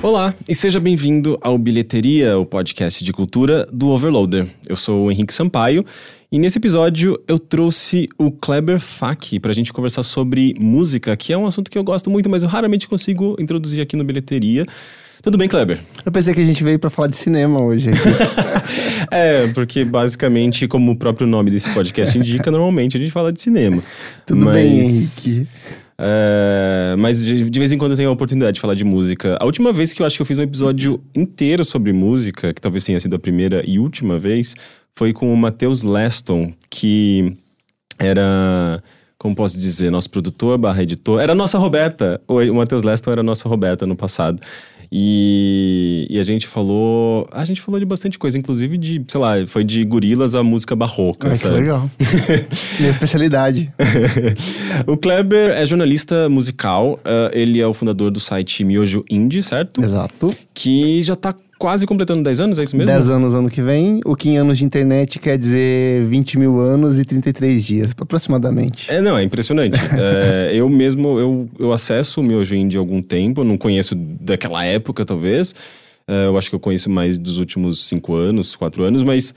Olá e seja bem-vindo ao Bilheteria, o podcast de cultura do Overloader. Eu sou o Henrique Sampaio e nesse episódio eu trouxe o Kleber Fak pra gente conversar sobre música, que é um assunto que eu gosto muito, mas eu raramente consigo introduzir aqui no Bilheteria. Tudo bem, Kleber? Eu pensei que a gente veio pra falar de cinema hoje. Porque basicamente, como o próprio nome desse podcast indica, normalmente a gente fala de cinema. Tudo bem, Henrique. Mas de vez em quando eu tenho a oportunidade de falar de música. A última vez que eu acho que eu fiz um episódio inteiro sobre música, que talvez tenha sido a primeira e última vez, foi com o Matheus Leston, que era... Como posso dizer? Nosso produtor / editor. Era a nossa Roberta. O Matheus Leston era a nossa Roberta no passado. E a gente falou de bastante coisa, inclusive de, sei lá, foi de gorilas a música barroca. Que legal. Minha especialidade. O Kleber é jornalista musical, ele é o fundador do site Miojo Indie, certo? Exato. Que já tá quase completando 10 anos, é isso mesmo? 10 anos ano que vem. O que em anos de internet quer dizer 20 mil anos e 33 dias, aproximadamente. É impressionante. Eu mesmo, eu acesso o Miojo Indie há algum tempo, eu não conheço daquela época, talvez. Eu acho que eu conheço mais dos últimos 5 anos, 4 anos, mas...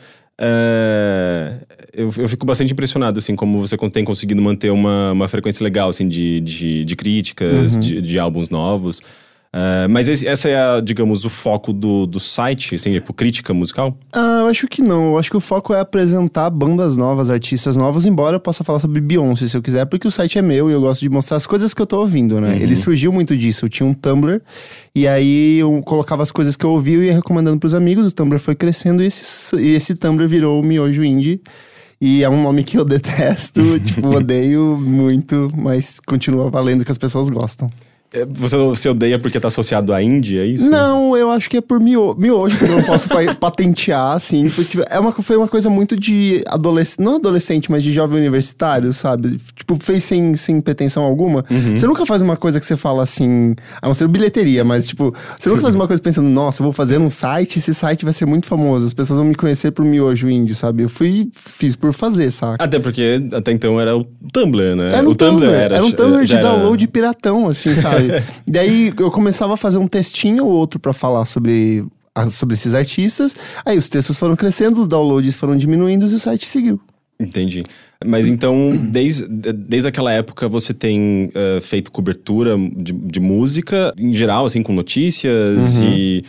Eu fico bastante impressionado, assim, como você tem conseguido manter uma frequência legal, assim, de críticas, de álbuns novos. Mas essa é, digamos, o foco do site, assim, tipo, crítica musical? Eu acho que não. Eu acho que o foco é apresentar bandas novas, artistas novos, embora eu possa falar sobre Beyoncé, se eu quiser, porque o site é meu e eu gosto de mostrar as coisas que eu tô ouvindo, né? Ele surgiu muito disso. Eu tinha um Tumblr, e aí eu colocava as coisas que eu ouvia e ia recomendando pros amigos. O Tumblr foi crescendo e esse Tumblr virou o Miojo Indie. E é um nome que eu detesto, odeio muito, mas continua valendo que as pessoas gostam. Você odeia porque tá associado à Índia, é isso? Não, eu acho que é por miojo, que eu não posso patentear, assim. Porque foi uma coisa muito de adolescente, não adolescente, mas de jovem universitário, sabe? Fez sem pretensão alguma. Você nunca faz uma coisa que você fala assim, a não ser bilheteria, mas você nunca faz uma coisa pensando, nossa, eu vou fazer um site, esse site vai ser muito famoso, as pessoas vão me conhecer por Miojo Indie, sabe? Fiz por fazer, saca? Até porque até então era o Tumblr, né? Era um Tumblr, era um Tumblr de download piratão, assim, sabe? Daí eu começava a fazer um textinho ou outro pra falar sobre esses artistas. Aí os textos foram crescendo, os downloads foram diminuindo e o site seguiu. Entendi. Mas então, desde aquela época você tem feito cobertura de música, em geral, assim, com notícias e...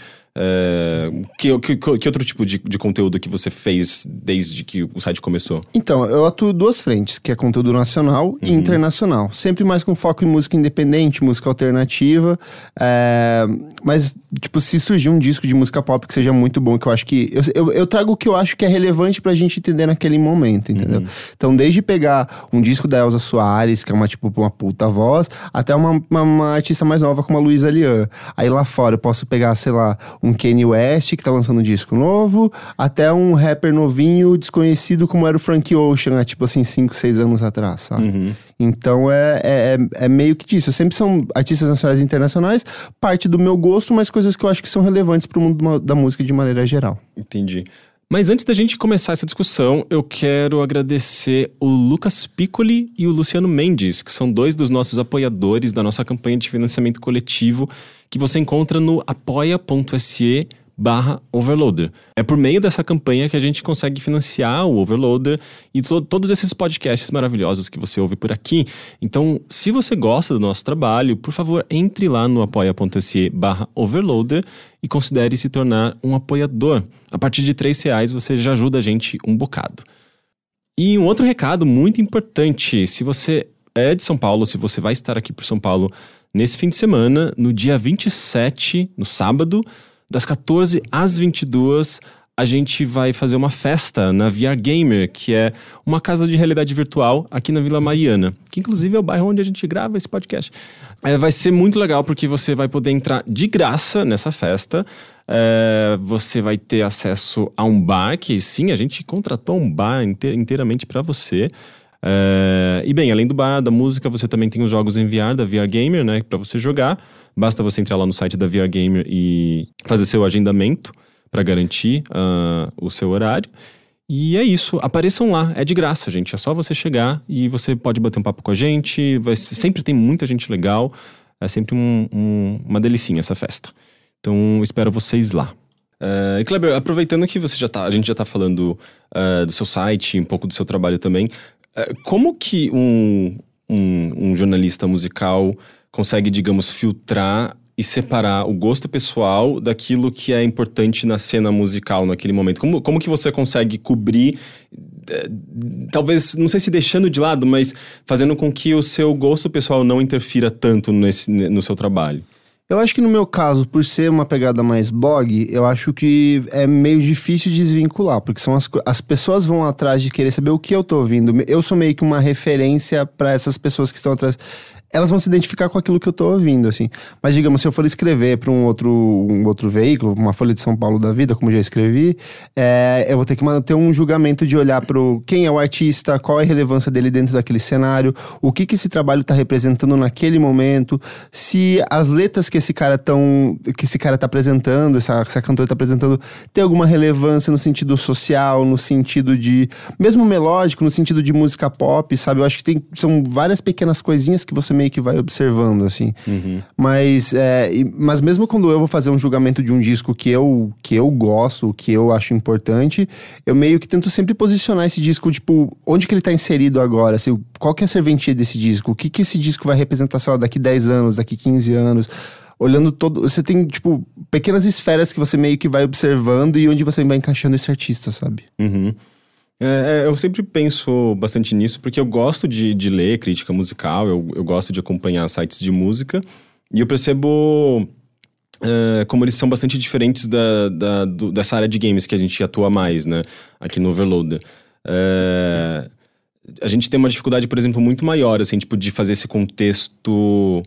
Que outro tipo de conteúdo que você fez desde que o site começou? Então, eu atuo duas frentes, que é conteúdo nacional e internacional. Sempre mais com foco em música independente, música alternativa. Mas, se surgir um disco de música pop que seja muito bom, que eu acho que... Eu trago o que eu acho que é relevante pra gente entender naquele momento, entendeu? Então, desde pegar um disco da Elza Soares, que é uma puta voz, até uma artista mais nova como a Luísa Lian. Aí lá fora eu posso pegar, sei lá, um Kanye West, que tá lançando um disco novo, até um rapper novinho, desconhecido, como era o Frank Ocean, há 5, 6 anos atrás, sabe? Então é meio que disso. Sempre são artistas nacionais e internacionais, parte do meu gosto, mas coisas que eu acho que são relevantes pro mundo da música de maneira geral. Entendi. Mas antes da gente começar essa discussão, eu quero agradecer o Lucas Piccoli e o Luciano Mendes, que são 2 dos nossos apoiadores da nossa campanha de financiamento coletivo, que você encontra no apoia.se/Overloader. É por meio dessa campanha que a gente consegue financiar o Overloader e todos esses podcasts maravilhosos que você ouve por aqui. Então, se você gosta do nosso trabalho, por favor, entre lá no apoia.se/Overloader e considere se tornar um apoiador. A partir de R$3 você já ajuda a gente um bocado. E um outro recado muito importante, se você é de São Paulo, se você vai estar aqui por São Paulo nesse fim de semana, no dia 27, no sábado, das 14 às 22, a gente vai fazer uma festa na VR Gamer, que é uma casa de realidade virtual aqui na Vila Mariana, que inclusive é o bairro onde a gente grava esse podcast. Vai ser muito legal porque você vai poder entrar de graça nessa festa. Você vai ter acesso a um bar, que sim, a gente contratou um bar inteiramente para você. E bem, além do bar, da música, você também tem os jogos em VR da VR Gamer, né, para você jogar. Basta você entrar lá no site da VR Gamer e fazer seu agendamento para garantir o seu horário. E é isso, apareçam lá, é de graça, gente. É só você chegar e você pode bater um papo com a gente. Sempre tem muita gente legal. É sempre uma delicinha essa festa. Então, espero vocês lá. E Kleber, aproveitando que a gente já tá falando do seu site, um pouco do seu trabalho também, como que um jornalista musical consegue, digamos, filtrar e separar o gosto pessoal daquilo que é importante na cena musical naquele momento? Como que você consegue cobrir, talvez, não sei se deixando de lado, mas fazendo com que o seu gosto pessoal não interfira tanto no seu trabalho? Eu acho que no meu caso, por ser uma pegada mais blog, eu acho que é meio difícil de desvincular, porque são as pessoas vão atrás de querer saber o que eu tô ouvindo. Eu sou meio que uma referência para essas pessoas que estão atrás. Elas vão se identificar com aquilo que eu tô ouvindo, assim. Mas, digamos, se eu for escrever para um outro veículo, uma Folha de São Paulo da vida, como já escrevi, eu vou ter que ter um julgamento de olhar pro quem é o artista, qual é a relevância dele dentro daquele cenário, o que esse trabalho tá representando naquele momento, se as letras que esse cara tá apresentando, essa cantora tá apresentando, tem alguma relevância no sentido social, no sentido de... mesmo melódico, no sentido de música pop, sabe? Eu acho que são várias pequenas coisinhas que você meio que vai observando, assim. Uhum. Mas mesmo quando eu vou fazer um julgamento de um disco que eu gosto, que eu acho importante, eu meio que tento sempre posicionar esse disco, tipo, onde que ele tá inserido agora, assim, qual que é a serventia desse disco, o que esse disco vai representar, sei lá, daqui 10 anos, daqui 15 anos, olhando todo... Você tem, tipo, pequenas esferas que você meio que vai observando e onde você vai encaixando esse artista, sabe? Uhum. Eu sempre penso bastante nisso, porque eu gosto de ler crítica musical, eu gosto de acompanhar sites de música, e eu percebo como eles são bastante diferentes dessa área de games que a gente atua mais, né, aqui no Overloader. A gente tem uma dificuldade, por exemplo, muito maior, assim, tipo, de fazer esse contexto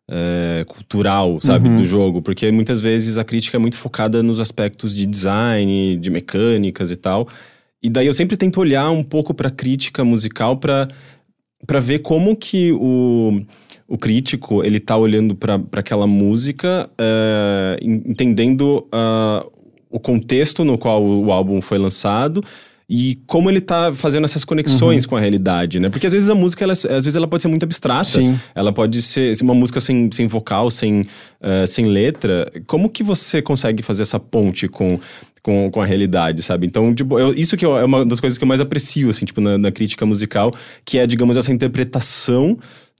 cultural, sabe, do jogo, porque muitas vezes a crítica é muito focada nos aspectos de design, de mecânicas e tal. E daí eu sempre tento olhar um pouco pra crítica musical pra ver como que o crítico, ele tá olhando pra aquela música, entendendo o contexto no qual o álbum foi lançado e como ele tá fazendo essas conexões com a realidade, né? Porque às vezes a música, às vezes ela pode ser muito abstrata. Sim. Ela pode ser uma música sem vocal, sem letra. Como que você consegue fazer essa ponte com a realidade, sabe? Então, tipo, isso que é uma das coisas que eu mais aprecio, assim, tipo, na crítica musical, que é, digamos, essa interpretação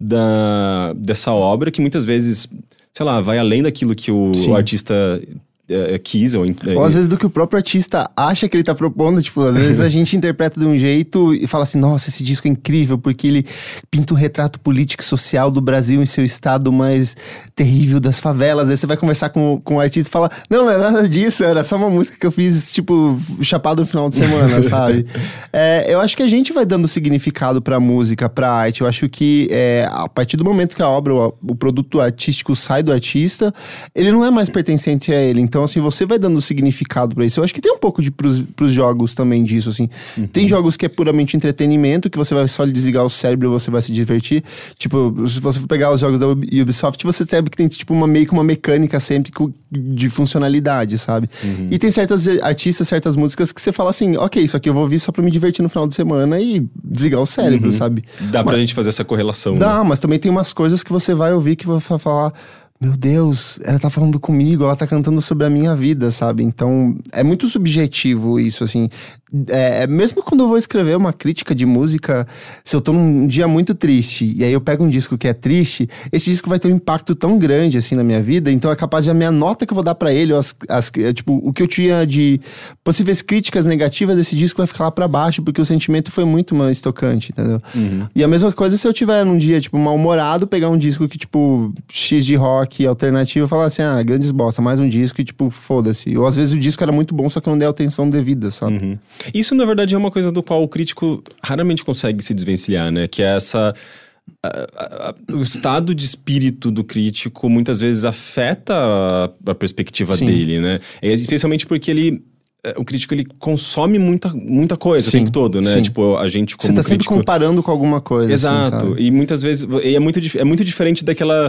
dessa obra, que muitas vezes, sei lá, vai além daquilo que o artista quis. Ou às vezes do que o próprio artista acha que ele tá propondo, tipo, às vezes a gente interpreta de um jeito e fala assim, nossa, esse disco é incrível, porque ele pinta um retrato político e social do Brasil em seu estado mais terrível das favelas. Aí você vai conversar com o artista e fala, não é nada disso, era só uma música que eu fiz, tipo, chapado no final de semana, sabe? Eu acho que a gente vai dando significado pra música, pra arte. Eu acho que a partir do momento que a obra, o produto artístico sai do artista, ele não é mais pertencente a ele. Então, assim, você vai dando significado pra isso. Eu acho que tem um pouco pros jogos também disso, assim. Tem jogos que é puramente entretenimento, que você vai só desligar o cérebro e você vai se divertir. Tipo, se você for pegar os jogos da Ubisoft, você sabe que tem, tipo, meio que uma mecânica sempre de funcionalidade, sabe? E tem certos artistas, certas músicas que você fala assim, ok, isso aqui eu vou ouvir só pra me divertir no final de semana e desligar o cérebro, sabe? Dá pra gente fazer essa correlação, Dá, né? mas também tem umas coisas que você vai ouvir que vai falar... Meu Deus, ela tá falando comigo, ela tá cantando sobre a minha vida, sabe? Então, é muito subjetivo isso, assim. Mesmo quando eu vou escrever uma crítica de música, se eu tô num dia muito triste, e aí eu pego um disco que é triste, esse disco vai ter um impacto tão grande, assim, na minha vida, então é capaz de a minha nota que eu vou dar pra ele, ou tipo, o que eu tinha de possíveis críticas negativas desse disco vai ficar lá pra baixo, porque o sentimento foi muito mais tocante, entendeu? E a mesma coisa se eu tiver num dia, tipo, mal-humorado, pegar um disco que, tipo, X de rock alternativo, falar assim, grandes bosta, mais um disco e, tipo, foda-se. Ou às vezes o disco era muito bom, só que eu não dei a atenção devida, sabe? Isso, na verdade, é uma coisa do qual o crítico raramente consegue se desvencilhar, né? Que é essa... o estado de espírito do crítico muitas vezes afeta a perspectiva dele, né? Especialmente porque o crítico, ele consome muita coisa o tempo todo, né? Sim. Tipo, a gente como você tá crítico... sempre comparando com alguma coisa. Exato. Assim, sabe? E muitas vezes... é muito diferente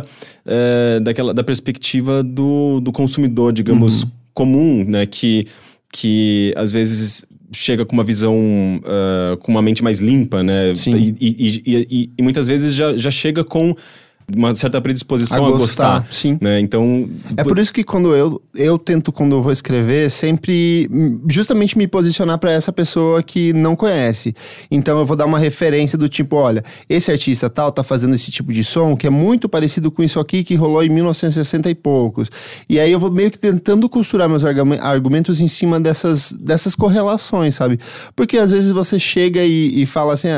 da perspectiva do consumidor, digamos, comum, né? Que às vezes chega com uma visão, com uma mente mais limpa, né? Sim. E muitas vezes já chega com uma certa predisposição A a gostar, gostar, sim. né? Então... É por isso que quando eu tento, quando eu vou escrever, sempre justamente me posicionar pra essa pessoa que não conhece. Então eu vou dar uma referência do tipo, olha, esse artista tal tá fazendo esse tipo de som que é muito parecido com isso aqui que rolou em 1960 e poucos. E aí eu vou meio que tentando costurar meus argumentos em cima dessas correlações, sabe? Porque às vezes você chega e fala assim,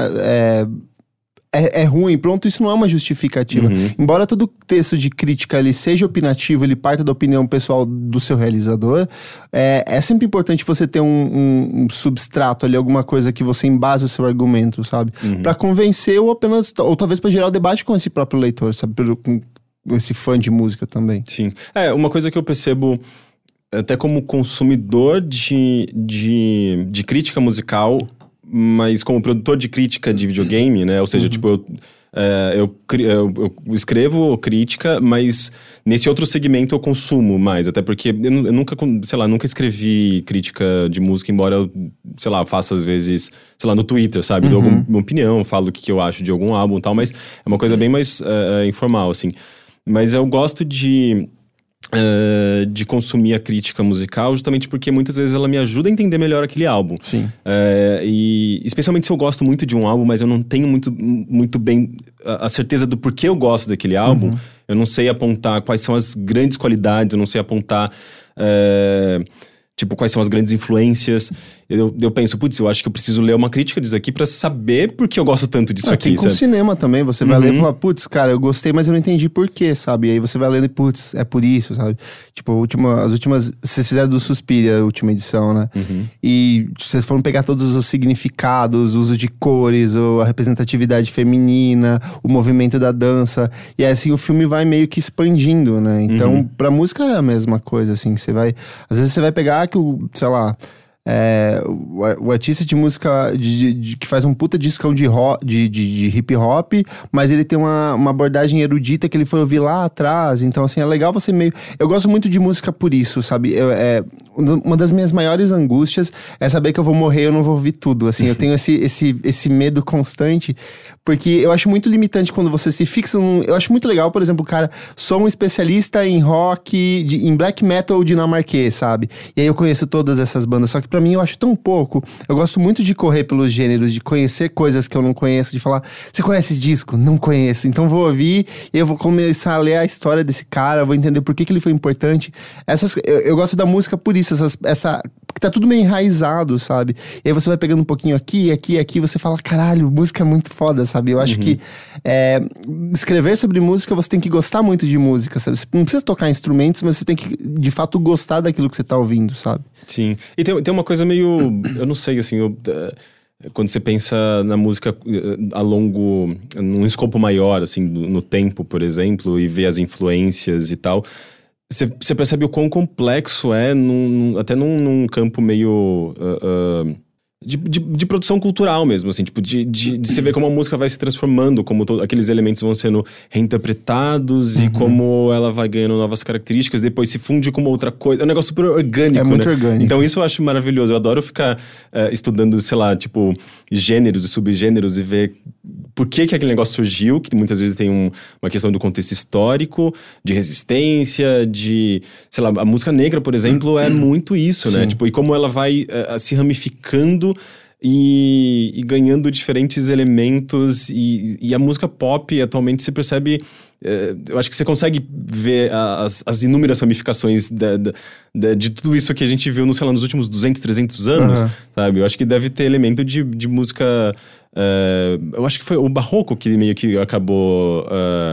é ruim, pronto, isso não é uma justificativa. Embora todo texto de crítica ele seja opinativo, ele parta da opinião pessoal do seu realizador, é sempre importante você ter um substrato ali, alguma coisa que você embase o seu argumento, sabe? Pra convencer ou talvez pra gerar o debate com esse próprio leitor, sabe? Com esse fã de música também. Sim. Uma coisa que eu percebo, até como consumidor de crítica musical, mas como produtor de crítica de videogame, né? Ou seja, tipo, eu escrevo crítica, mas nesse outro segmento eu consumo mais. Até porque eu nunca, sei lá, nunca escrevi crítica de música, embora eu, sei lá, faça às vezes, sei lá, no Twitter, sabe? Dou alguma opinião, falo o que eu acho de algum álbum e tal, mas é uma coisa bem mais informal, assim. Mas eu gosto de consumir a crítica musical justamente porque muitas vezes ela me ajuda a entender melhor aquele álbum. Sim. E especialmente se eu gosto muito de um álbum, mas eu não tenho muito bem a certeza do porquê eu gosto daquele álbum, eu não sei apontar quais são as grandes qualidades, eu não sei apontar tipo, quais são as grandes influências. Eu penso, putz, eu acho que eu preciso ler uma crítica disso aqui pra saber por que eu gosto tanto disso aqui, tem com cinema também, você vai ler e falar, putz, cara, eu gostei, mas eu não entendi por quê, sabe? E aí você vai lendo e, putz, é por isso, sabe? Tipo, as últimas, vocês fizeram do Suspiria, a última edição, né? E vocês foram pegar todos os significados, o uso de cores, a representatividade feminina, o movimento da dança, e aí, assim, o filme vai meio que expandindo, né? Então, pra música é a mesma coisa, assim, que você vai... Às vezes você vai pegar que sei lá... o artista de música que faz um puta discão de hip hop, mas ele tem uma abordagem erudita que ele foi ouvir lá atrás. Então, assim, é legal você meio... Eu gosto muito de música por isso, sabe? Uma das minhas maiores angústias é saber que eu vou morrer e eu não vou ouvir tudo. Assim, eu tenho esse medo constante, porque eu acho muito limitante quando você se fixa num... Eu acho muito legal, por exemplo, o cara, sou um especialista em rock, em black metal dinamarquês, sabe? E aí eu conheço todas essas bandas, só que pra mim eu acho tão pouco. Eu gosto muito de correr pelos gêneros, de conhecer coisas que eu não conheço, de falar, você conhece esse disco? Não conheço. Então vou ouvir e eu vou começar a ler a história desse cara, vou entender por que ele foi importante. Eu gosto da música por isso, porque tá tudo meio enraizado, sabe? E aí você vai pegando um pouquinho aqui, você fala, caralho, música é muito foda, sabe? Eu acho que escrever sobre música, você tem que gostar muito de música, sabe? Você não precisa tocar instrumentos, mas você tem que, de fato, gostar daquilo que você tá ouvindo, sabe? Sim. E tem uma coisa meio... Eu não sei, assim... quando você pensa na música num escopo maior, assim, no tempo, por exemplo, e vê as influências e tal... Você percebe o quão complexo é, até num campo meio... de produção cultural mesmo, assim, tipo, de você ver como a música vai se transformando, como aqueles elementos vão sendo reinterpretados e como ela vai ganhando novas características, depois se funde com uma outra coisa. É um negócio super orgânico, né? É muito né? orgânico. Então isso eu acho maravilhoso. Eu adoro ficar estudando, sei lá, tipo, gêneros e subgêneros e ver por que aquele negócio surgiu, que muitas vezes tem uma questão do contexto histórico, de resistência, sei lá, a música negra, por exemplo, é muito isso, né? Tipo, e como ela vai se ramificando e ganhando diferentes elementos e a música pop atualmente se percebe... eu acho que você consegue ver as inúmeras ramificações de tudo isso que a gente viu, sei lá, nos últimos 200, 300 anos, sabe? Eu acho que deve ter elemento de música... eu acho que foi o barroco que meio que acabou...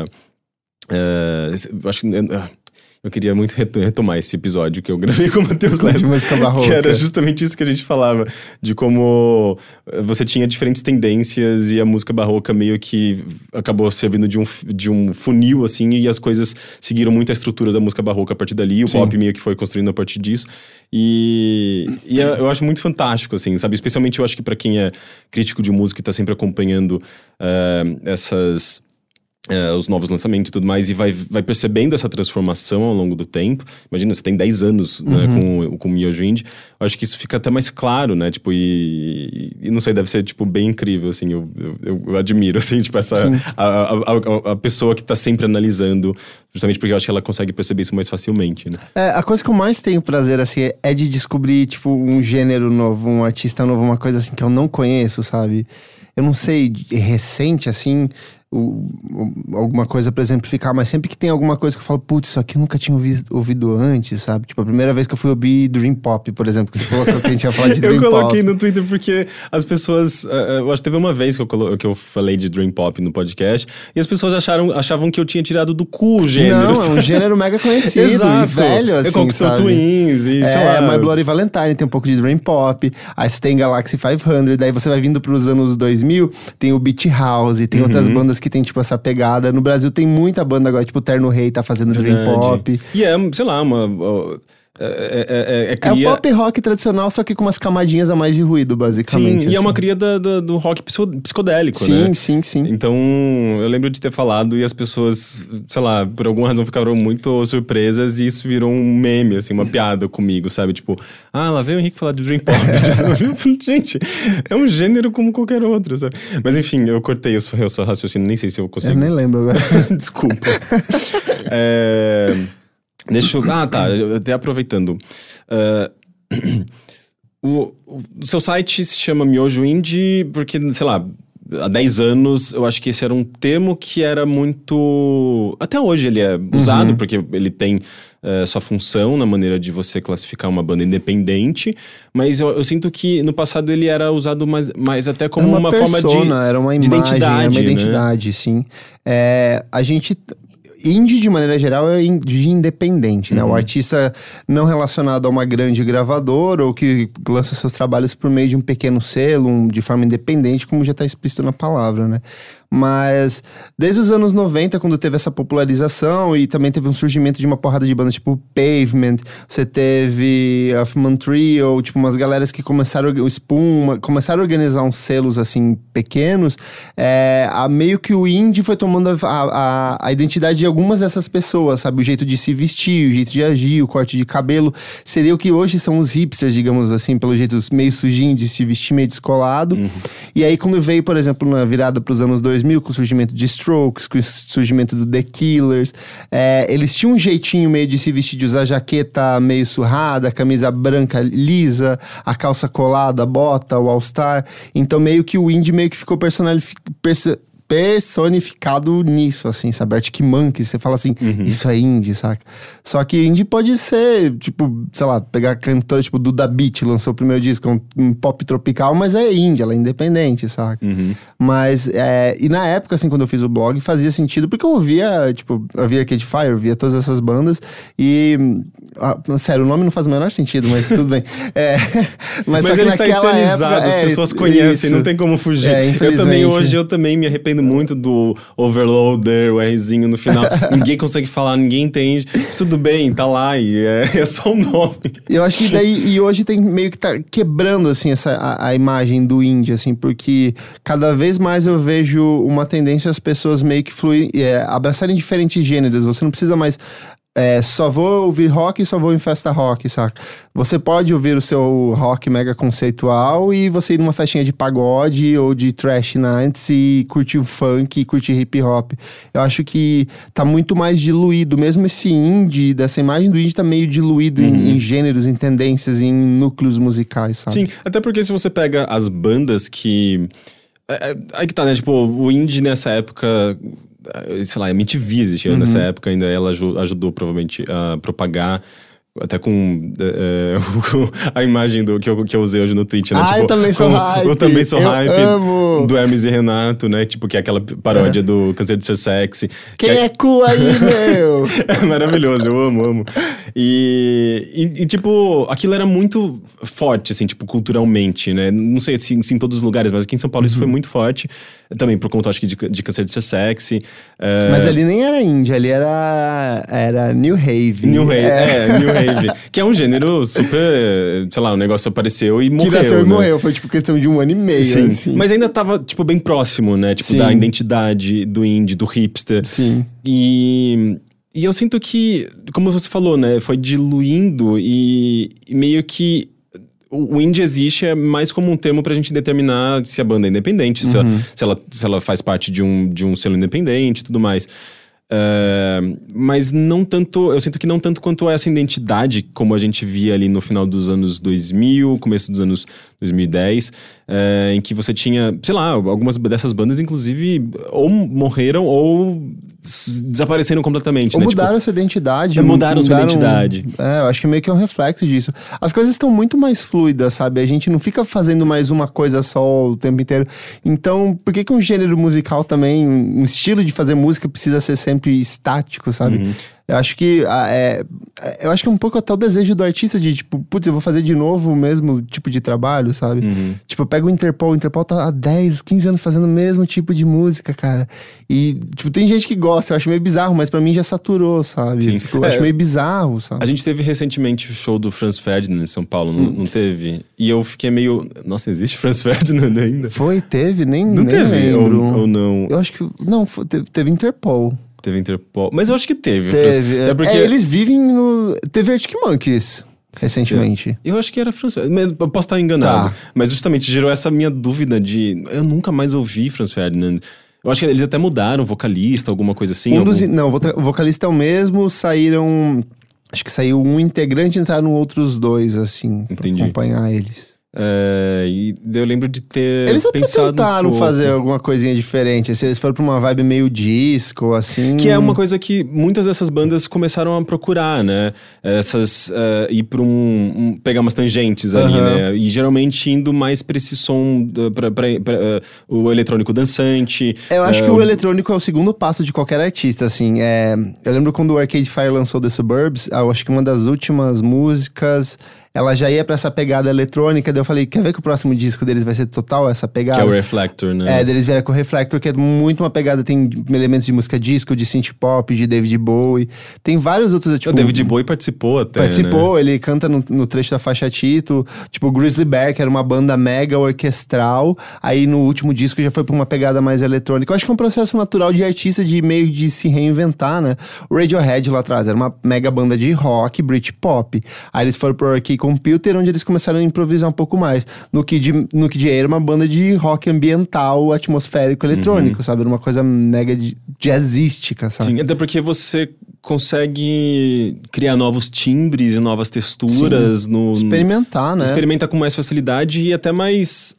eu acho que... Eu queria muito retomar esse episódio que eu gravei com o Matheus Lessa, música barroca. Que era justamente isso que a gente falava, de como você tinha diferentes tendências e a música barroca meio que acabou servindo de um funil, assim, e as coisas seguiram muito a estrutura da música barroca a partir dali, o pop meio que foi construindo a partir disso, e eu acho muito fantástico, assim, sabe? Especialmente eu acho que pra quem é crítico de música e tá sempre acompanhando essas os novos lançamentos e tudo mais, e vai percebendo essa transformação ao longo do tempo. Imagina, você tem 10 anos, né, com o Miojo Indie. Eu acho que isso fica até mais claro, né? Tipo, e não sei, deve ser, tipo, bem incrível, assim. Eu admiro, assim, tipo, a pessoa que tá sempre analisando, justamente porque eu acho que ela consegue perceber isso mais facilmente, né? A coisa que eu mais tenho prazer, assim, é de descobrir, tipo, um gênero novo, um artista novo, uma coisa, assim, que eu não conheço, sabe? Eu não sei, recente, assim... alguma coisa pra exemplificar, mas sempre que tem alguma coisa que eu falo, putz, isso aqui eu nunca tinha ouvido antes, sabe? Tipo, a primeira vez que eu fui ouvir Dream Pop, por exemplo, que você colocou que a gente ia falar de Dream Pop. Eu coloquei no Twitter porque as pessoas... eu acho que teve uma vez que eu falei de Dream Pop no podcast e as pessoas achavam que eu tinha tirado do cu o gênero. Não, é um gênero mega conhecido e velho, assim, Conquistou sabe? Twins e sei lá. My Bloody Valentine tem um pouco de Dream Pop, aí você tem Galaxy 500, daí você vai vindo pros anos 2000, tem o Beat House, tem outras bandas que tem, tipo, essa pegada. No Brasil tem muita banda agora, tipo, o Terno Rei tá fazendo Dream Pop. E sei lá, É o pop rock tradicional, só que com umas camadinhas a mais de ruído, basicamente. Sim, e é uma cria do rock psicodélico, sim, né? Sim. Então, eu lembro de ter falado e as pessoas, sei lá, por alguma razão ficaram muito surpresas e isso virou um meme, assim, uma piada comigo, sabe? Tipo, lá veio o Henrique falar de Dream Pop. Gente, é um gênero como qualquer outro, sabe? Mas enfim, eu cortei o seu raciocínio, nem sei se eu consigo. Eu nem lembro agora. Desculpa. Deixa eu... até aproveitando. O seu site se chama Miojo Indie porque, sei lá, há 10 anos eu acho que esse era um termo que era muito... Até hoje ele é usado, porque ele tem sua função na maneira de você classificar uma banda independente, mas eu sinto que no passado ele era usado mais até como uma persona, forma de... era uma imagem, de identidade, era uma identidade, né? Sim. A gente... Indie, de maneira geral, é de independente, né? O artista não relacionado a uma grande gravadora ou que lança seus trabalhos por meio de um pequeno selo, de forma independente, como já está explícito na palavra, né? Mas desde os anos 90, quando teve essa popularização e também teve um surgimento de uma porrada de bandas tipo Pavement, você teve Huffman Trio, tipo umas galeras que começaram, o Spoon, começaram a organizar uns selos assim pequenos, meio que o indie foi tomando a identidade de algumas dessas pessoas, sabe? O jeito de se vestir, o jeito de agir, o corte de cabelo, seria o que hoje são os hipsters, digamos assim, pelo jeito meio sujinho de se vestir, meio descolado. E aí quando veio, por exemplo, na virada para os anos 2000, com o surgimento de Strokes, com o surgimento do The Killers, eles tinham um jeitinho meio de se vestir, de usar jaqueta meio surrada, camisa branca lisa, a calça colada, a bota, o All-Star. Então meio que o indie meio que ficou personificado nisso, assim, sabe? Arctic Monkeys, você fala assim, isso é indie, saca? Só que indie pode ser, tipo, sei lá, pegar a cantora, tipo, Duda Beat, lançou o primeiro disco, um pop tropical, mas é indie, ela é independente, saca? Mas, e na época, assim, quando eu fiz o blog, fazia sentido, porque eu ouvia, tipo, eu via Arcade Fire, eu via todas essas bandas, e... sério, o nome não faz o menor sentido, mas tudo bem. Mas ele está eternizado, as pessoas conhecem, não tem como fugir. Eu também me arrependo muito do Overloader, o Rzinho no final. Ninguém consegue falar, ninguém entende. Mas tudo bem, tá lá e é só o nome. Eu acho que daí, e hoje tem meio que tá quebrando, assim, a imagem do indie, assim, porque cada vez mais eu vejo uma tendência as pessoas meio que abraçarem diferentes gêneros. Você não precisa mais... só vou ouvir rock e só vou em festa rock, saca? Você pode ouvir o seu rock mega conceitual e você ir numa festinha de pagode ou de trash nights e curtir o funk e curtir hip hop. Eu acho que tá muito mais diluído. Mesmo esse indie, dessa imagem do indie tá meio diluído em gêneros, em tendências, em núcleos musicais, sabe? Sim, até porque se você pega as bandas que... aí que tá, né? Tipo, o indie nessa época... sei lá, a MTV existia nessa época ainda, ela ajudou provavelmente a propagar, até com a imagem que eu usei hoje no Tweet, né? Tipo, eu também sou hype. Eu também sou hype. Amo. Do Hermes e Renato, né? Tipo, que é aquela paródia do Cansei de Ser Sexy. Quem é cu aí, meu? É maravilhoso, eu amo. E, tipo, aquilo era muito forte, assim, tipo, culturalmente, né? Não sei se em todos os lugares, mas aqui em São Paulo isso foi muito forte. Também por conta, acho que, de Cansei de Ser Sexy. Mas ali nem era indie, ali era New Rave. New Rave, New Rave. rave. Que é um gênero super, sei lá, o negócio apareceu e morreu. Que nasceu né? e morreu, foi tipo questão de 1 ano e meio. Sim, assim. mas ainda tava, tipo, bem próximo, né? Tipo, Sim. da identidade do indie, do hipster. Sim. E eu sinto que, como você falou, né? Foi diluindo e meio que o indie existe mais como um termo pra gente determinar se a banda é independente, se ela faz parte de um selo independente e tudo mais. Mas não tanto, eu sinto que não tanto quanto essa identidade como a gente via ali no final dos anos 2000, começo dos anos 2010, em que você tinha, sei lá, algumas dessas bandas inclusive ou morreram ou desapareceram completamente, Ou né? mudaram Tipo, essa identidade. mudaram sua identidade. Eu acho que meio que é um reflexo disso. As coisas estão muito mais fluidas, sabe? A gente não fica fazendo mais uma coisa só o tempo inteiro. Então, por que um gênero musical também, um estilo de fazer música precisa ser sempre estático, sabe? Eu acho que eu acho que é um pouco até o desejo do artista de, tipo, putz, eu vou fazer de novo o mesmo tipo de trabalho, sabe? Tipo, eu pego o Interpol tá há 10, 15 anos fazendo o mesmo tipo de música, cara. E, tipo, tem gente que gosta, eu acho meio bizarro, mas pra mim já saturou, sabe? Sim. Eu acho meio bizarro, sabe? A gente teve recentemente o show do Franz Ferdinand em São Paulo, não teve? E eu fiquei meio... Nossa, existe Franz Ferdinand ainda? Teve? Nem teve, lembro. ou não? Eu acho que... Não, teve Interpol. Teve Interpol. Mas eu acho que teve. Teve. Até porque... eles vivem no... Teve Arctic Monkeys recentemente. Eu acho que era Franz Ferdinand. Eu posso estar enganado. Tá. Mas justamente gerou essa minha dúvida de... Eu nunca mais ouvi Franz Ferdinand. Eu acho que eles até mudaram vocalista, alguma coisa assim. Não, o vocalista é o mesmo, saíram... Acho que saiu um integrante e entraram outros dois, assim, Entendi. pra acompanhar eles. E eu lembro de ter Eles até pensado tentaram um pouco. fazer alguma coisinha diferente. Assim, eles foram pra uma vibe meio disco, assim. Que é uma coisa que muitas dessas bandas começaram a procurar, né? Ir pra pegar umas tangentes ali, né? E geralmente indo mais pra esse som, o eletrônico dançante. Eu acho que o eletrônico é o segundo passo de qualquer artista, assim. Eu lembro quando o Arcade Fire lançou The Suburbs, eu acho que uma das últimas músicas... Ela já ia pra essa pegada eletrônica, daí eu falei, quer ver que o próximo disco deles vai ser total essa pegada? Que é o Reflector, né? Eles vieram com o Reflector, que é muito uma pegada, tem elementos de música disco, de synth pop, de David Bowie. Tem vários outros, tipo... O David Bowie participou até, Participou, né? Ele canta no trecho da faixa título. Tipo, o Grizzly Bear, que era uma banda mega orquestral. Aí no último disco já foi pra uma pegada mais eletrônica. Eu acho que é um processo natural de artista de meio de se reinventar, né? O Radiohead lá atrás era uma mega banda de rock, Britpop. Aí eles foram pro OK Computer, onde eles começaram a improvisar um pouco mais. No Kid A era uma banda de rock ambiental, atmosférico, eletrônico, sabe? Era uma coisa mega jazzística, sabe? Sim, até porque você consegue criar novos timbres e novas texturas. Experimentar, né? Experimenta com mais facilidade e até mais...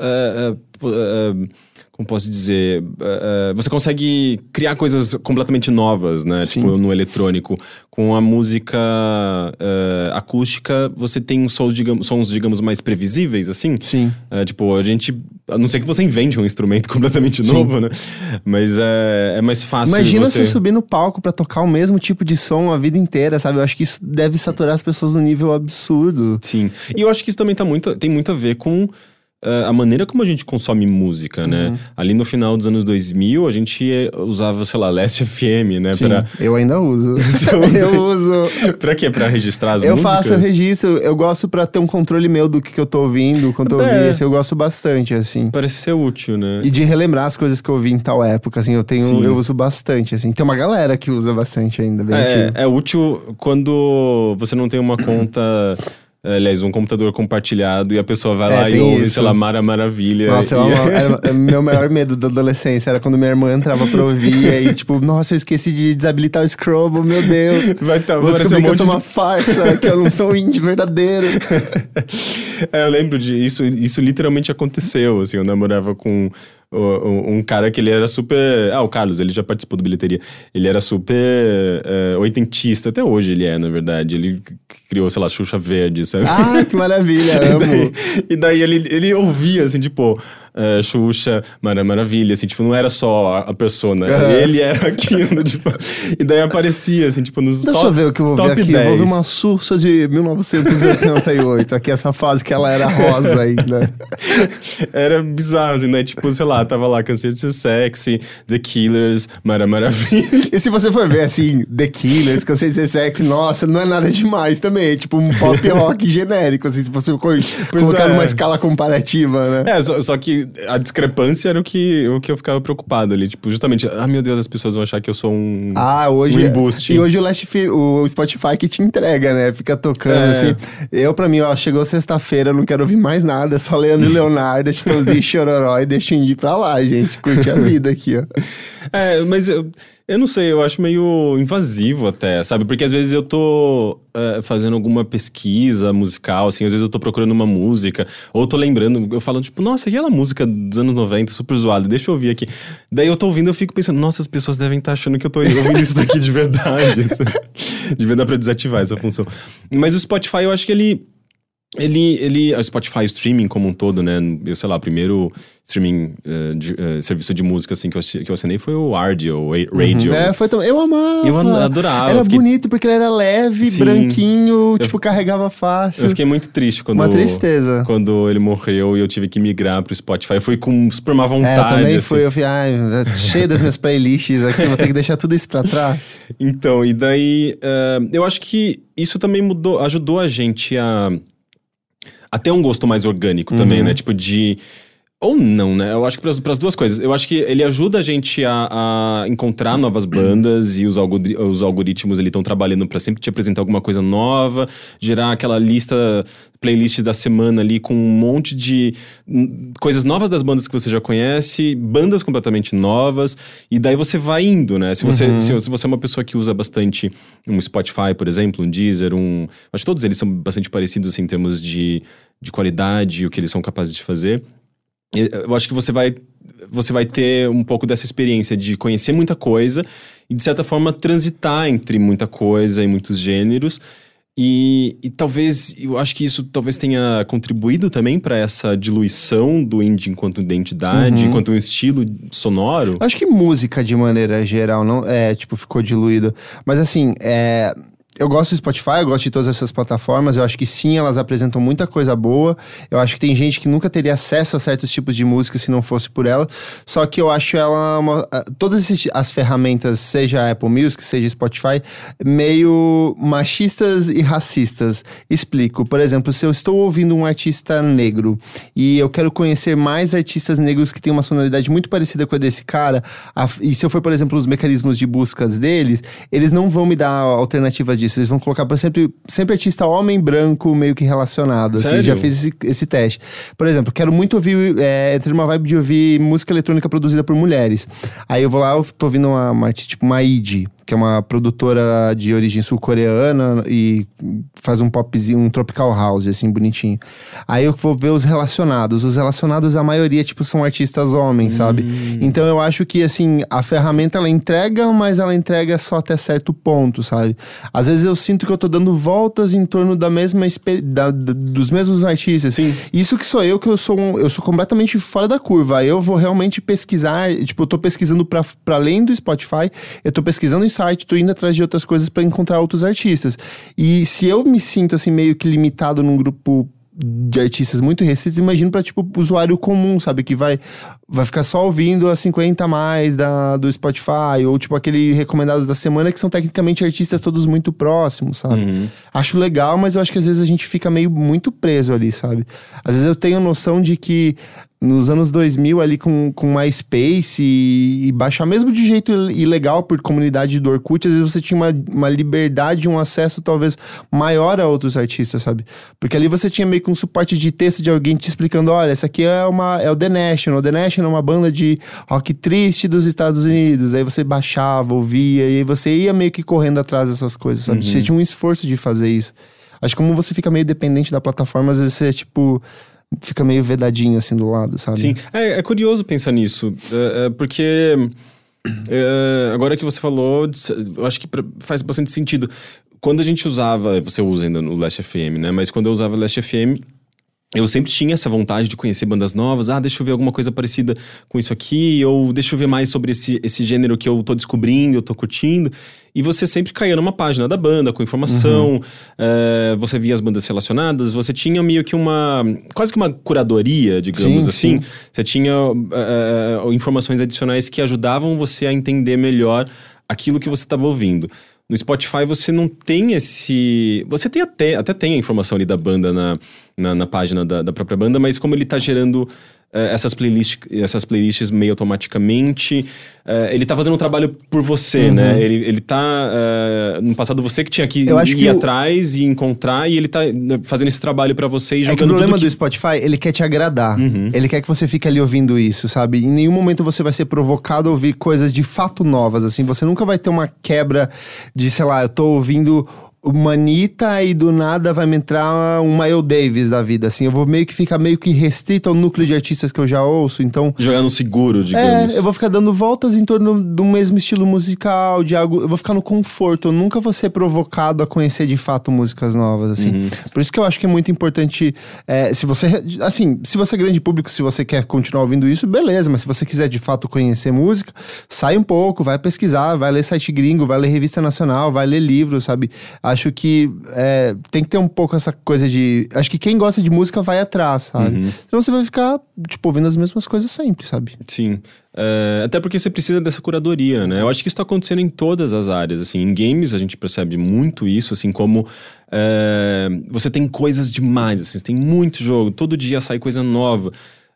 como posso dizer? Você consegue criar coisas completamente novas, né? Sim. Tipo, no eletrônico. Com a música acústica, você tem sons, digamos, mais previsíveis, assim. Sim. Tipo, a não sei que você invente um instrumento completamente novo, né? Mas é mais fácil. Imagina você subir no palco pra tocar o mesmo tipo de som a vida inteira, sabe? Eu acho que isso deve saturar as pessoas num nível absurdo. Sim. E eu acho que isso também tem muito a ver com a maneira como a gente consome música, né? Ali no final dos anos 2000, a gente usava, sei lá, Last FM, né? Sim, eu ainda uso. Você usa? Eu uso. Pra quê? Pra registrar as músicas? músicas? Eu faço, eu registro. Eu gosto pra ter um controle meu do que eu tô ouvindo, quando eu ouvi. Assim, eu gosto bastante, assim. Parece ser útil, né? E de relembrar as coisas que eu ouvi em tal época, assim. Eu uso bastante, assim. Tem uma galera que usa bastante ainda, bem antigo. É útil quando você não tem uma conta... Aliás, um computador compartilhado e a pessoa vai lá e ouve, sei lá, Maravilha. Nossa, era meu maior medo da adolescência. Era quando minha irmã entrava pra ouvir e aí, tipo, nossa, eu esqueci de desabilitar o Scrabble, meu Deus. Vou descobrir que eu sou uma farsa, que eu não sou um indie verdadeiro. Eu lembro disso, isso literalmente aconteceu, assim, eu namorava com um cara que ele era super... o Carlos, ele já participou do Bilheteria. Ele era super oitentista, até hoje ele na verdade. Ele criou, sei lá, Xuxa Verde, sabe? Ah, que maravilha, amo. E daí ele ouvia, assim, tipo... Xuxa, Maravilha, assim, tipo, não era só a persona, ele era aquilo, tipo, e daí aparecia, assim, tipo, nos Deixa eu ver o que eu vou ver aqui, 10. Eu vou ver uma Xuxa de 1988, aqui essa fase que ela era rosa ainda. Era bizarro, assim, né, tipo, sei lá, tava lá, Cansei de Ser Sexy, The Killers, Maravilha. E se você for ver, assim, The Killers, Cansei de Ser Sexy, nossa, não é nada demais também. É tipo um pop rock genérico, assim, se você colocar numa escala comparativa, né? Só que a discrepância era o que eu ficava preocupado ali. Tipo, justamente, meu Deus, as pessoas vão achar que eu sou um embuste. E hoje o Spotify que te entrega, né? Fica tocando, assim. Pra mim, chegou sexta-feira, eu não quero ouvir mais nada, só Leandro e Leonardo, Chitãozinho e Chororó, e deixa o indie pra lá, gente. Curte a vida aqui, ó. Mas eu não sei, eu acho meio invasivo até, sabe? Porque às vezes eu tô fazendo alguma pesquisa musical, assim, às vezes eu tô procurando uma música, ou tô lembrando, eu falo, tipo, nossa, aquela música dos anos 90, super zoada, deixa eu ouvir aqui. Daí eu tô ouvindo, eu fico pensando, nossa, as pessoas devem estar achando que eu tô ouvindo isso daqui de verdade. Devia dar pra desativar essa função. Mas o Spotify, eu acho que ele o Spotify, o streaming como um todo, né? Eu sei lá, o primeiro streaming serviço de música assim que eu assinei foi o Radio. Foi também. Eu amava. Eu adorava. Era bonito porque ele era leve, sim, branquinho, carregava fácil. Eu fiquei muito triste quando... Uma tristeza. Quando ele morreu e eu tive que migrar pro Spotify. Foi com super má vontade. Também assim. foi. Eu fui, cheio das minhas playlists aqui, vou ter que deixar tudo isso pra trás. Então, e daí... eu acho que isso também ajudou a gente a ter um gosto mais orgânico também, né? Tipo de... Ou não, né? Eu acho que pras duas coisas. Eu acho que ele ajuda a gente a encontrar novas bandas e os algoritmos ali estão trabalhando pra sempre te apresentar alguma coisa nova, gerar aquela playlist da semana ali com um monte de coisas novas das bandas que você já conhece, bandas completamente novas, e daí você vai indo, né? Se você é uma pessoa que usa bastante um Spotify, por exemplo, um Deezer, acho que todos eles são bastante parecidos assim, em termos de qualidade e o que eles são capazes de fazer. Eu acho que você vai ter um pouco dessa experiência de conhecer muita coisa e, de certa forma, transitar entre muita coisa e muitos gêneros. E talvez, eu acho que isso talvez tenha contribuído também para essa diluição do indie enquanto identidade, enquanto um estilo sonoro. Acho que música, de maneira geral, não ficou diluído. Mas, assim, eu gosto do Spotify, eu gosto de todas essas plataformas, eu acho que sim, elas apresentam muita coisa boa, eu acho que tem gente que nunca teria acesso a certos tipos de música se não fosse por ela, só que eu acho ela todas as ferramentas, seja Apple Music, seja Spotify, meio machistas e racistas. Explico, por exemplo, se eu estou ouvindo um artista negro e eu quero conhecer mais artistas negros que têm uma sonoridade muito parecida com a desse cara, e se eu for, por exemplo, os mecanismos de buscas deles, eles não vão me dar alternativas disso, eles vão colocar por sempre artista homem branco meio que relacionado, assim. Já fiz esse teste. Por exemplo, quero muito ouvir, entre uma vibe de ouvir música eletrônica produzida por mulheres. Aí eu vou lá, eu tô ouvindo uma artista tipo uma ID, que é uma produtora de origem sul-coreana e faz um popzinho, um tropical house, assim, bonitinho. Aí eu vou ver os relacionados. Os relacionados, a maioria, são artistas homens, sabe? Então eu acho que, assim, a ferramenta, ela entrega, mas ela entrega só até certo ponto, sabe? Às vezes eu sinto que eu tô dando voltas em torno da mesma dos mesmos artistas. Sim. Isso que sou eu sou completamente fora da curva. Aí eu vou realmente pesquisar, eu tô pesquisando pra além do Spotify, eu tô pesquisando em site, tô indo atrás de outras coisas pra encontrar outros artistas. E se eu me sinto, assim, meio que limitado num grupo de artistas muito restritos, imagino pra, usuário comum, sabe? Que vai ficar só ouvindo as 50 a mais do Spotify, ou, aquele recomendados da semana, que são tecnicamente artistas todos muito próximos, sabe? Acho legal, mas eu acho que às vezes a gente fica muito preso ali, sabe? Às vezes eu tenho noção de que nos anos 2000 ali com MySpace e baixar mesmo de jeito ilegal por comunidade do Orkut, às vezes você tinha uma liberdade, um acesso talvez maior a outros artistas, sabe? Porque ali você tinha meio que um suporte de texto de alguém te explicando, olha, essa aqui é o The National. The National é uma banda de rock triste dos Estados Unidos. Aí você baixava, ouvia, e aí você ia meio que correndo atrás dessas coisas, sabe? Você tinha um esforço de fazer isso. Acho que como você fica meio dependente da plataforma, às vezes você, fica meio vedadinho assim do lado, sabe? Sim, é curioso pensar nisso, porque agora que você falou, eu acho que faz bastante sentido. Quando a gente usava, você usa ainda no Last.fm, né? Mas quando eu usava Last.fm, eu sempre tinha essa vontade de conhecer bandas novas. Deixa eu ver alguma coisa parecida com isso aqui, ou deixa eu ver mais sobre esse gênero que eu tô descobrindo, eu tô curtindo. E você sempre caía numa página da banda, com informação, você via as bandas relacionadas, você tinha meio que quase que uma curadoria, digamos assim. Sim. Você tinha informações adicionais que ajudavam você a entender melhor aquilo que você estava ouvindo. No Spotify você não tem esse... Você tem até tem a informação ali da banda na página da própria banda, mas como ele tá gerando essas playlists meio automaticamente, ele tá fazendo um trabalho por você, né? Ele tá... no passado você que tinha que ir atrás e encontrar, e ele tá fazendo esse trabalho pra você e jogando tudo. O problema do Spotify, ele quer te agradar. Ele quer que você fique ali ouvindo isso, sabe? Em nenhum momento você vai ser provocado a ouvir coisas de fato novas, assim. Você nunca vai ter uma quebra de, sei lá, eu tô ouvindo uma Anitta e do nada vai me entrar um Miles Davis da vida, assim. Eu vou ficar meio que restrito ao núcleo de artistas que eu já ouço, então... Jogar no seguro, digamos. Eu vou ficar dando voltas em torno do mesmo estilo musical, de algo... Eu vou ficar no conforto, eu nunca vou ser provocado a conhecer de fato músicas novas, assim. Por isso que eu acho que é muito importante, se você é grande público, se você quer continuar ouvindo isso, beleza, mas se você quiser de fato conhecer música, sai um pouco, vai pesquisar, vai ler site gringo, vai ler revista nacional, vai ler livros, sabe? Acho que tem que ter um pouco essa coisa de... Acho que quem gosta de música vai atrás, sabe? Então você vai ficar, tipo, ouvindo as mesmas coisas sempre, sabe? Sim. Até porque você precisa dessa curadoria, né? Eu acho que isso tá acontecendo em todas as áreas, assim. Em games a gente percebe muito isso, assim, como... você tem coisas demais, assim. Você tem muito jogo, todo dia sai coisa nova.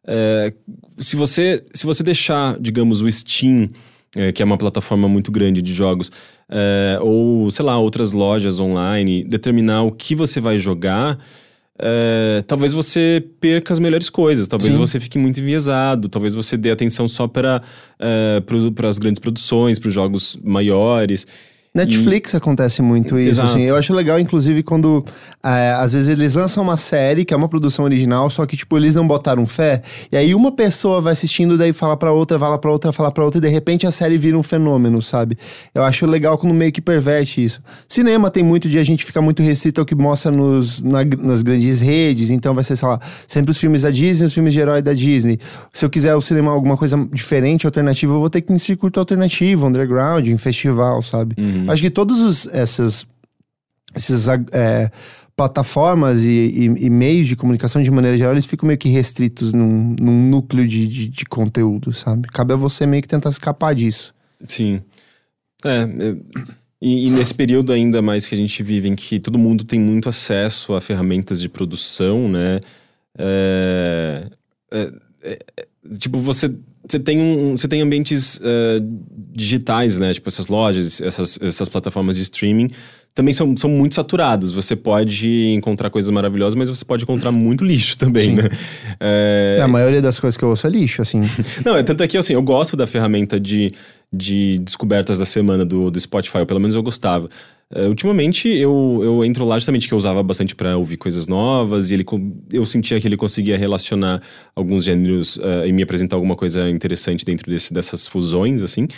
Se você deixar, digamos, o Steam... que é uma plataforma muito grande de jogos, ou, sei lá, outras lojas online, determinar o que você vai jogar, talvez você perca as melhores coisas, talvez você fique muito enviesado, talvez você dê atenção só para as grandes produções, para os jogos maiores. Netflix acontece muito isso, assim. Eu acho legal, inclusive, quando às vezes eles lançam uma série que é uma produção original, só que, tipo, eles não botaram fé, e aí uma pessoa vai assistindo, daí fala pra outra, fala pra outra, fala pra outra, e de repente a série vira um fenômeno, sabe? Eu acho legal quando meio que perverte isso. Cinema tem muito de a gente ficar muito restrito ao que mostra nas grandes redes, então vai ser, sei lá, sempre os filmes da Disney, os filmes de herói da Disney. Se eu quiser o cinema alguma coisa diferente, alternativa, eu vou ter que ir em circuito alternativo, underground, em festival, sabe? Acho que todos essas plataformas e meios de comunicação, de maneira geral, eles ficam meio que restritos num núcleo de conteúdo, sabe? Cabe a você meio que tentar escapar disso. Sim. E nesse período ainda mais que a gente vive, em que todo mundo tem muito acesso a ferramentas de produção, né? Tipo, você tem ambientes digitais, né? Tipo, essas lojas, essas plataformas de streaming também são muito saturados. Você pode encontrar coisas maravilhosas, mas você pode encontrar muito lixo também, né? A maioria das coisas que eu ouço é lixo, assim. Não, tanto é que, assim, eu gosto da ferramenta de descobertas da semana do Spotify, ou pelo menos eu gostava. Ultimamente eu entro lá justamente que eu usava bastante pra ouvir coisas novas, e eu sentia que ele conseguia relacionar alguns gêneros e me apresentar alguma coisa interessante dentro dessas fusões, assim.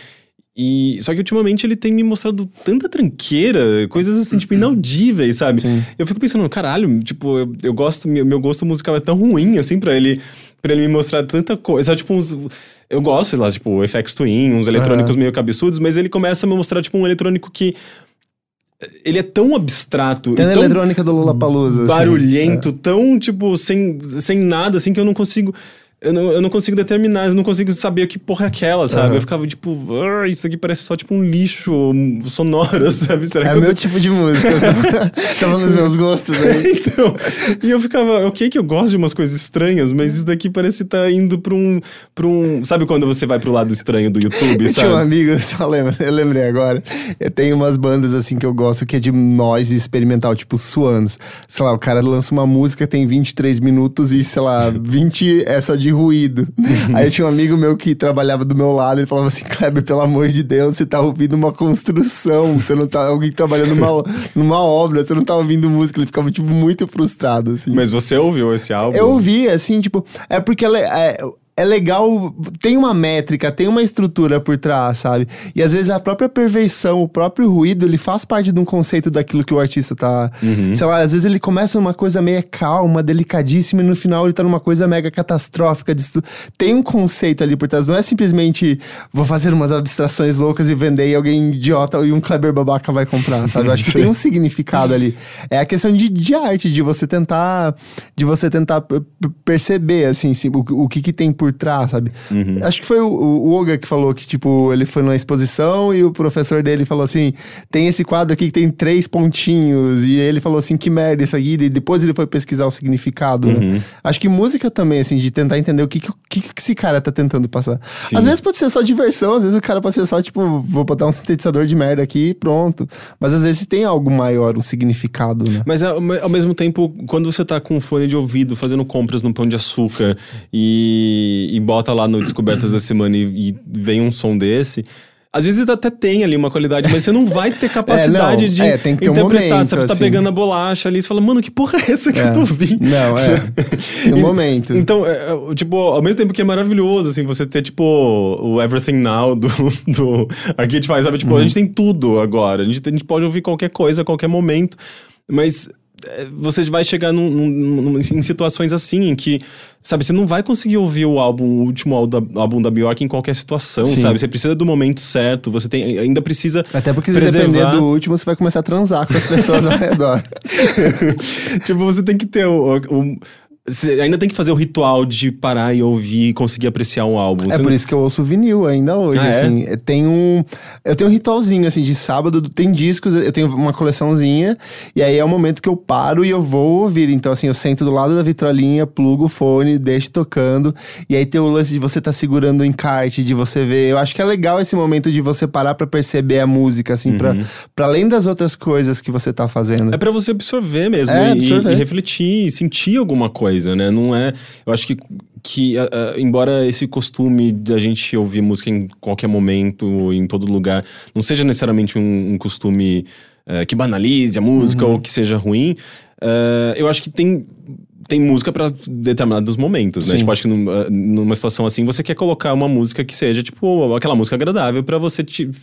Só que ultimamente ele tem me mostrado tanta tranqueira, coisas assim, tipo, inaudíveis, sabe? Sim. Eu fico pensando, caralho, tipo, meu gosto musical é tão ruim, assim, pra ele me mostrar tanta coisa, tipo, eu gosto, sei lá, tipo, FX Twin, uns eletrônicos meio cabeçudos, mas ele começa a me mostrar, tipo, um eletrônico que ele é tão abstrato, tem a eletrônica do Lollapalooza, barulhento, assim, tão, tipo, sem nada, assim, que eu não consigo determinar, eu não consigo saber que porra é aquela, sabe? Eu ficava tipo, isso aqui parece só tipo um lixo sonoro, sabe? Será que meu tipo de música, tava nos meus gostos aí. Então, e eu ficava, ok que eu gosto de umas coisas estranhas, mas isso daqui parece estar indo pra um... Sabe quando você vai pro lado estranho do YouTube, sabe? Tinha um amigo, eu lembrei agora, eu tenho umas bandas assim que eu gosto, que é de noise experimental, tipo Swans. Sei lá, o cara lança uma música, tem 23 minutos e, sei lá, 20 essa de ruído. Aí tinha um amigo meu que trabalhava do meu lado, ele falava assim, Kleber, pelo amor de Deus, você tá ouvindo uma construção, você não tá, alguém trabalhando numa obra, você não tá ouvindo música. Ele ficava, tipo, muito frustrado, assim. Mas você ouviu esse álbum? Eu ouvi, assim, tipo, é porque é legal, tem uma métrica, tem uma estrutura por trás, sabe? E às vezes a própria perversão, o próprio ruído, ele faz parte de um conceito daquilo que o artista tá... Sei lá, às vezes ele começa numa coisa meio calma, delicadíssima, e no final ele tá numa coisa mega catastrófica. Tem um conceito ali por trás, não é simplesmente vou fazer umas abstrações loucas e vender e alguém idiota e um Kleber babaca vai comprar, sabe? Eu acho que tem um significado ali. É a questão de arte, de você tentar perceber, assim, o que tem por por trás, sabe? Acho que foi o Oga que falou que, tipo, ele foi numa exposição e o professor dele falou assim, tem esse quadro aqui que tem 3 pontinhos, e ele falou assim, que merda isso aqui, e depois ele foi pesquisar o significado, né? Acho que música também, assim, de tentar entender o que esse cara tá tentando passar. Sim. Às vezes pode ser só diversão, às vezes o cara pode ser só, tipo, vou botar um sintetizador de merda aqui e pronto. Mas às vezes tem algo maior, um significado, né? Mas ao mesmo tempo, quando você tá com um fone de ouvido, fazendo compras no Pão de Açúcar e bota lá no Descobertas da Semana e vem um som desse... Às vezes até tem ali uma qualidade, mas você não vai ter capacidade de tem que ter interpretar. Um momento, você tá pegando a bolacha ali e você fala, mano, que porra é essa que eu tô ouvindo? Não, tem um momento. Então, tipo, ao mesmo tempo que é maravilhoso, assim, você ter, tipo, o Everything Now do Arcade Fire, sabe? Tipo, a gente tem tudo agora. A gente pode ouvir qualquer coisa, a qualquer momento, mas... você vai chegar em situações assim, em que, sabe, você não vai conseguir ouvir o último álbum da Bjork em qualquer situação, Sim. sabe? Você precisa do momento certo, você ainda precisa Até porque se depender do último, você vai começar a transar com as pessoas ao redor. Tipo, você tem que ter você ainda tem que fazer o ritual de parar e ouvir e conseguir apreciar um álbum. Por isso que eu ouço vinil ainda hoje, assim. Eu tenho um ritualzinho, assim, de sábado, tem discos, eu tenho uma coleçãozinha, e aí é o momento que eu paro e eu vou ouvir. Então, assim, eu sento do lado da vitrolinha, plugo o fone, deixo tocando, e aí tem o lance de você tá segurando o encarte, de você ver. Eu acho que é legal esse momento de você parar pra perceber a música, assim, pra além das outras coisas que você tá fazendo. É pra você absorver mesmo, e refletir, e sentir alguma coisa. Né? Não é... Eu acho que embora esse costume da gente ouvir música em qualquer momento, em todo lugar, não seja necessariamente um costume que banalize a música ou que seja ruim, eu acho que tem música pra determinados momentos, né? Tipo, acho que numa situação assim, você quer colocar uma música que seja, tipo, aquela música agradável pra você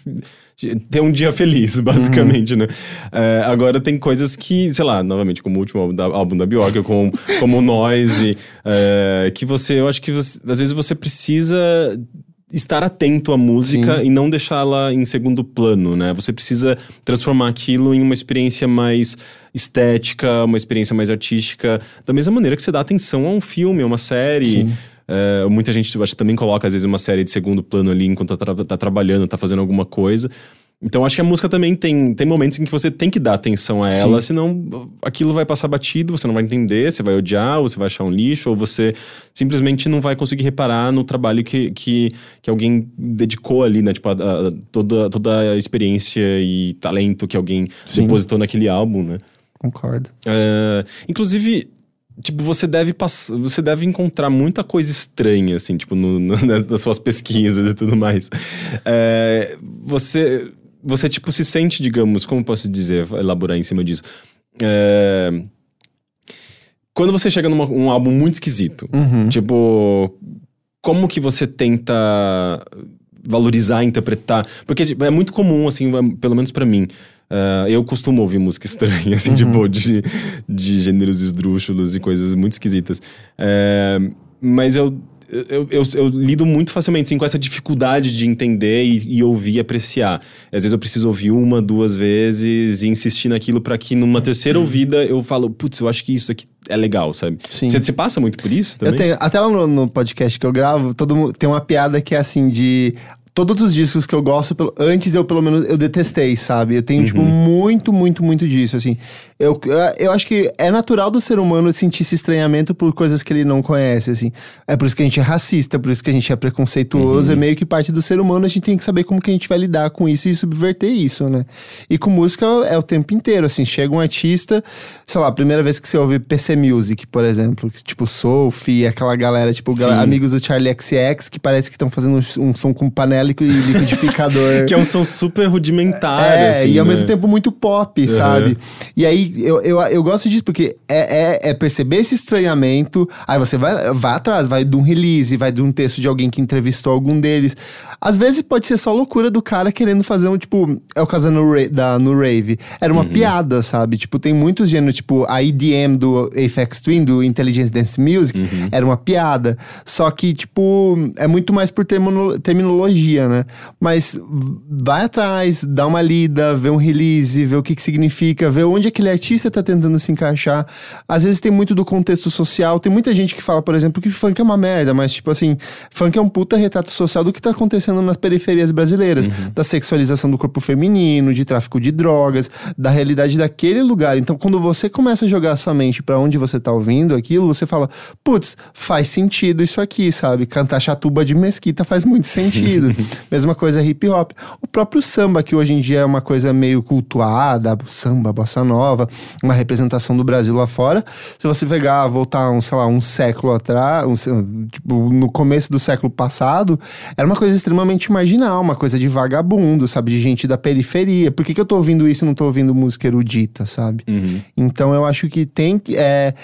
ter um dia feliz, basicamente, né? Agora tem coisas que, sei lá, novamente, como o último álbum da Bjork, como Noise, que eu acho que às vezes você precisa estar atento à música e não deixá-la em segundo plano, né? Você precisa transformar aquilo em uma experiência mais estética, uma experiência mais artística, da mesma maneira que você dá atenção a um filme, a uma série. Muita gente, acho que também coloca, às vezes, uma série de segundo plano ali enquanto tá trabalhando, tá fazendo alguma coisa. Então, acho que a música também tem momentos em que você tem que dar atenção a ela, senão aquilo vai passar batido, você não vai entender, você vai odiar, ou você vai achar um lixo, ou você simplesmente não vai conseguir reparar no trabalho que alguém dedicou ali, né? Tipo, toda a experiência e talento que alguém depositou naquele álbum, né? Concordo. Inclusive... Tipo, você deve encontrar muita coisa estranha, assim, tipo, nas suas pesquisas e tudo mais. Você, tipo, se sente, digamos, como posso dizer, elaborar em cima disso? Quando você chega num álbum muito esquisito, tipo, como que você tenta valorizar, interpretar? Porque tipo, é muito comum, assim, pelo menos pra mim, eu costumo ouvir música estranha, assim, tipo, de gêneros esdrúxulos e coisas muito esquisitas. Mas eu lido muito facilmente, assim, com essa dificuldade de entender e ouvir e apreciar. Às vezes eu preciso ouvir 1, 2 vezes e insistir naquilo pra que numa terceira ouvida eu falo, putz, eu acho que isso aqui é legal, sabe? Sim. Você passa muito por isso também? Eu tenho, até lá no podcast que eu gravo, todo mundo tem uma piada que é assim de... Todos os discos que eu gosto, antes pelo menos eu detestei, sabe? Eu tenho, tipo, muito, muito, muito disso, assim. Eu acho que é natural do ser humano sentir esse estranhamento por coisas que ele não conhece, assim. É por isso que a gente é racista, por isso que a gente é preconceituoso, é meio que parte do ser humano, a gente tem que saber como que a gente vai lidar com isso e subverter isso, né? E com música é o tempo inteiro, assim. Chega um artista, sei lá, a primeira vez que você ouve PC Music, por exemplo, tipo Sophie, aquela galera, tipo, amigos do Charlie XX, que parece que estão fazendo um som com panela e liquidificador. Que é um som super rudimentar, assim, e ao mesmo tempo muito pop, sabe? E aí, eu gosto disso, porque é perceber esse estranhamento, aí você vai atrás, vai de um release, vai de um texto de alguém que entrevistou algum deles. Às vezes pode ser só loucura do cara querendo fazer tipo, é o caso no Rave. Era uma piada, sabe? Tipo, tem muitos gêneros, tipo, a EDM do Aphex Twin, do Intelligence Dance Music, era uma piada. Só que, tipo, é muito mais por terminologia, né? Mas vai atrás, dá uma lida, vê um release, vê o que significa, vê onde aquele artista tá tentando se encaixar. Às vezes tem muito do contexto social. Tem muita gente que fala, por exemplo, que funk é uma merda, mas tipo assim, funk é um puta retrato social do que tá acontecendo nas periferias brasileiras, da sexualização do corpo feminino, de tráfico de drogas, da realidade daquele lugar. Então, quando você começa a jogar a sua mente pra onde você tá ouvindo aquilo, você fala, putz, faz sentido isso aqui, sabe? Cantar chatuba de mesquita faz muito sentido. Mesma coisa hip hop. O próprio samba, que hoje em dia é uma coisa meio cultuada, samba, bossa nova, uma representação do Brasil lá fora. Se você pegar, voltar um século atrás, tipo, no começo do século passado, era uma coisa extremamente marginal, uma coisa de vagabundo, sabe? De gente da periferia. Por que eu tô ouvindo isso e não tô ouvindo música erudita, sabe? Então eu acho que tem que...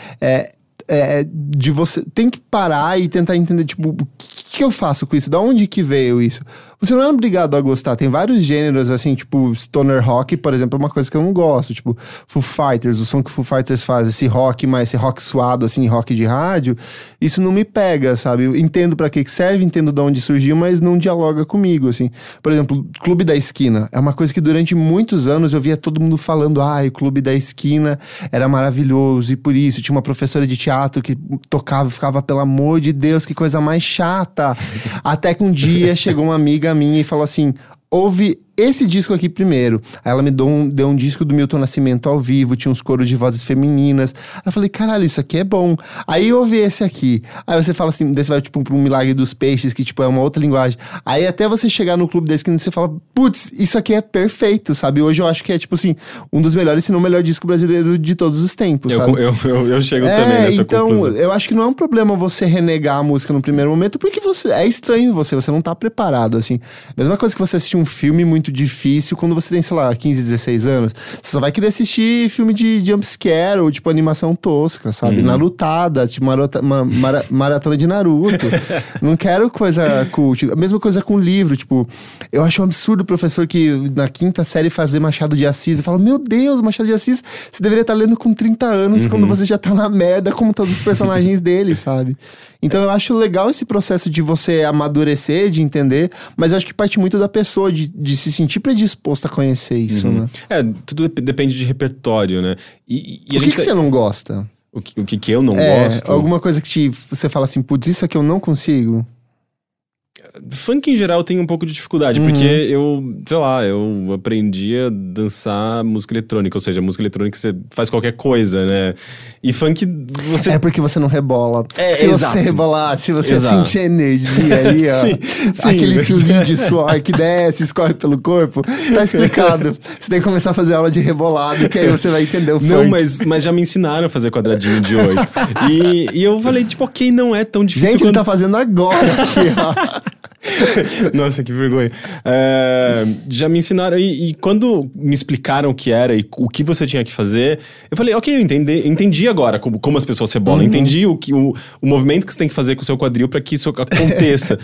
de você tem que parar e tentar entender, tipo, o que eu faço com isso? Da onde que veio isso? Você não é obrigado a gostar. Tem vários gêneros, assim, tipo, stoner rock, por exemplo, é uma coisa que eu não gosto. Tipo, Foo Fighters, o som que Foo Fighters faz, esse rock suado, assim, rock de rádio, isso não me pega, sabe? Eu entendo pra que serve, entendo de onde surgiu, mas não dialoga comigo, assim. Por exemplo, Clube da Esquina. É uma coisa que durante muitos anos eu via todo mundo falando, o Clube da Esquina era maravilhoso, e por isso tinha uma professora de teatro que tocava e ficava, pelo amor de Deus, que coisa mais chata. Até que um dia chegou uma amiga minha e falou assim, ouve esse disco aqui primeiro. Aí ela me deu um disco do Milton Nascimento ao vivo, tinha uns coros de vozes femininas. Aí eu falei, caralho, isso aqui é bom. Aí eu ouvi esse aqui. Aí você fala assim, daí você vai tipo pra um Milagre dos Peixes, que tipo é uma outra linguagem. Aí até você chegar no Clube da Esquina, você fala, putz, isso aqui é perfeito, sabe? Hoje eu acho que é tipo assim, um dos melhores, se não o melhor disco brasileiro de todos os tempos, sabe? Eu chego também nessa conclusão. Então, eu acho que não é um problema você renegar a música no primeiro momento, porque é estranho você não tá preparado, assim. Mesma coisa que você assistir um filme muito difícil quando você tem, sei lá, 15, 16 anos. Você só vai querer assistir filme de jumpscare ou, tipo, animação tosca, sabe? Narutada, tipo, maratona de Naruto. Não quero coisa cult. A mesma coisa com livro, tipo... Eu acho um absurdo o professor que na 5ª série fazer Machado de Assis. Eu falo, meu Deus, Machado de Assis, você deveria estar lendo com 30 anos quando você já tá na merda como todos os personagens dele, sabe? Então eu acho legal esse processo de você amadurecer, de entender, mas eu acho que parte muito da pessoa, de se sentir predisposto a conhecer isso, né? Tudo depende de repertório, né? O que você não gosta? O que eu não gosto? Alguma coisa que você fala assim, putz, isso aqui eu não consigo? Funk em geral tem um pouco de dificuldade, porque eu aprendi a dançar música eletrônica, ou seja, música eletrônica você faz qualquer coisa, né? E funk você... É porque você não rebola. Se exato. Você rebolar, se você sentir energia ali, ó, sim, aquele fiozinho de suor que desce, escorre pelo corpo, tá explicado. Você tem que começar a fazer aula de rebolado, que aí você vai entender o funk. Não, mas já me ensinaram a fazer quadradinho de 8. e eu falei, tipo, ok, não é tão difícil. Gente, ele tá fazendo agora aqui, ó. Nossa, que vergonha. Já me ensinaram e quando me explicaram o que era e o que você tinha que fazer, eu falei, ok, eu entendi agora como as pessoas rebolam, entendi o movimento que você tem que fazer com o seu quadril para que isso aconteça.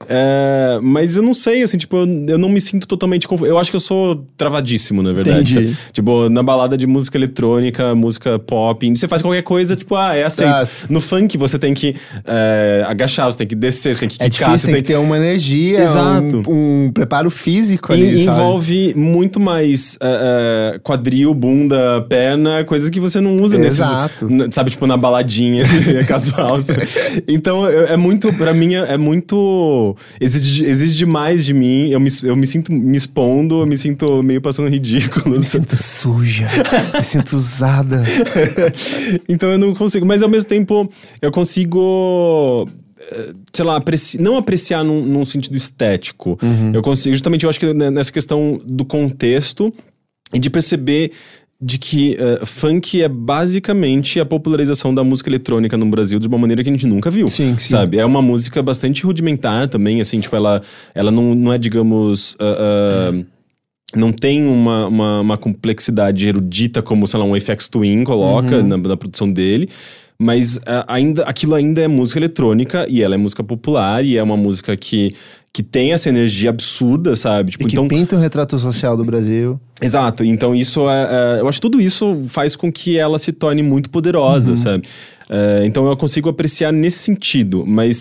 Mas eu não sei, assim, tipo, eu não me sinto totalmente confuso. Eu acho que eu sou travadíssimo, na verdade. Entendi. Tipo, na balada de música eletrônica, música pop, você faz qualquer coisa, tipo, é aceito. No funk você tem que agachar, você tem que descer, você tem que quicar. Difícil, você tem que ter uma energia, um preparo físico ali, sabe? Envolve muito mais quadril, bunda, perna, coisas que você não usa sabe, tipo, na baladinha casual. Então, pra mim, é muito... Exige demais de mim. Eu me sinto me expondo, eu me sinto meio passando ridículo. Me sinto suja, me sinto usada. Então, eu não consigo. Mas, ao mesmo tempo, eu consigo... sei lá, não apreciar num sentido estético. Eu consigo, justamente, eu acho que nessa questão do contexto e de perceber de que funk é basicamente a popularização da música eletrônica no Brasil de uma maneira que a gente nunca viu. Sim. Sabe? É uma música bastante rudimentar também, assim, tipo, ela não é, digamos... não tem uma complexidade erudita como, sei lá, um Aphex Twin coloca na produção dele. Mas aquilo ainda é música eletrônica e ela é música popular e é uma música que tem essa energia absurda, sabe? Tipo, e que pinta um retrato social do Brasil. Exato. Então isso eu acho que tudo isso faz com que ela se torne muito poderosa, sabe? Então eu consigo apreciar nesse sentido, mas...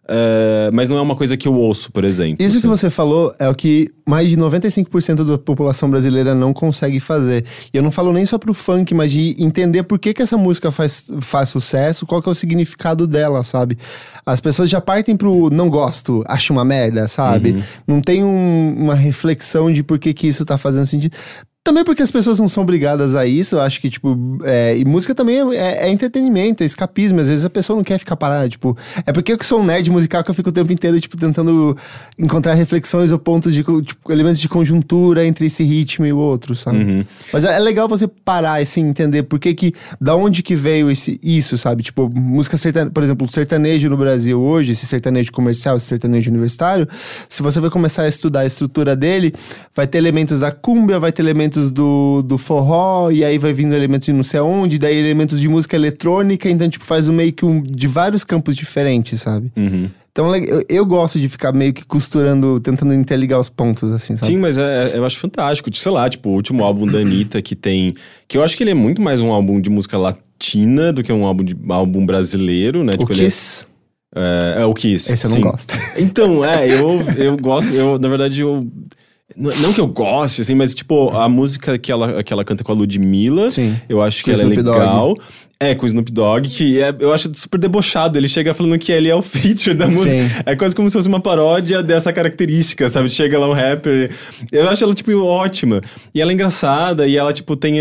mas não é uma coisa que eu ouço, por exemplo. Isso que você falou é o que mais de 95% da população brasileira não consegue fazer. E eu não falo nem só pro funk, mas de entender por que essa música faz sucesso, qual que é o significado dela, sabe? As pessoas já partem pro não gosto, acho uma merda, sabe? Não tem uma reflexão de por que isso tá fazendo sentido. Também porque as pessoas não são obrigadas a isso, eu acho que, tipo... e música também é entretenimento, é escapismo. Às vezes a pessoa não quer ficar parada, tipo... É porque eu que sou um nerd musical que eu fico o tempo inteiro, tipo, tentando encontrar reflexões ou pontos de... Tipo, elementos de conjuntura entre esse ritmo e o outro, sabe? Mas é legal você parar, assim, entender por que da onde que veio isso, sabe? Tipo, música sertaneja... Por exemplo, o sertanejo no Brasil hoje, esse sertanejo comercial, esse sertanejo universitário, se você vai começar a estudar a estrutura dele, vai ter elementos da cúmbia, vai ter elementos do forró, e aí vai vindo elementos de não sei aonde, daí elementos de música eletrônica, então tipo faz meio que de vários campos diferentes, sabe? Então eu gosto de ficar meio que costurando, tentando interligar os pontos, assim, sabe? Sim, mas eu acho fantástico. Sei lá, tipo, o último álbum da Anitta que eu acho que ele é muito mais um álbum de música latina do que um álbum brasileiro, né? O Kiss? O Kiss. Esse eu não gosto. Então, eu gosto, na verdade, não que eu goste, assim, mas, tipo, a música que ela canta com a Ludmilla, sim, eu acho que ela é legal. Com o Snoop Dogg, que eu acho super debochado. Ele chega falando que ele é o feature da música. Sim. É quase como se fosse uma paródia dessa característica, sabe? Chega lá um rapper. Eu acho ela, tipo, ótima. E ela é engraçada, e ela, tipo, tem...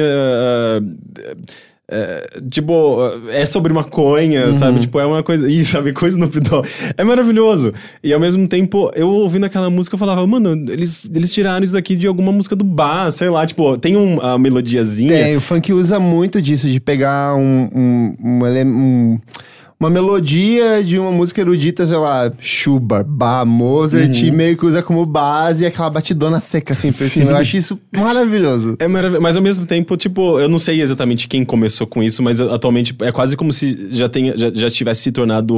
tipo, é sobre maconha, sabe? Tipo, é uma coisa... Ih, sabe? Coisa no Dogg. É maravilhoso. E ao mesmo tempo, eu ouvindo aquela música, eu falava, mano, eles tiraram isso daqui de alguma música do bar, sei lá. Tipo, tem uma melodiazinha. O funk usa muito disso, de pegar uma melodia de uma música erudita, sei lá, Schubert, Bach, Mozart, e meio que usa como base aquela batidona seca, assim, por cima. Eu acho isso maravilhoso. É maravilhoso, mas ao mesmo tempo, tipo, eu não sei exatamente quem começou com isso, mas atualmente é quase como se já tivesse se tornado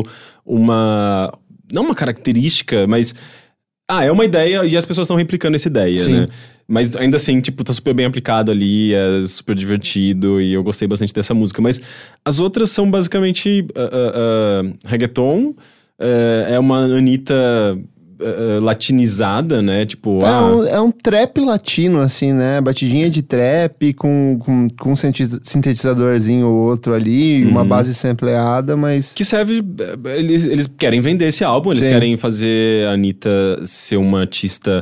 não uma característica, mas... é uma ideia e as pessoas estão replicando essa ideia, sim, né? Mas ainda assim, tipo, tá super bem aplicado ali, é super divertido e eu gostei bastante dessa música. Mas as outras são basicamente reggaeton, é uma Anitta latinizada, né? Tipo, é um trap latino, assim, né? Batidinha de trap com um sintetizadorzinho ou outro ali, uma base sampleada, mas... Que serve... Eles querem vender esse álbum, eles querem fazer a Anitta ser uma artista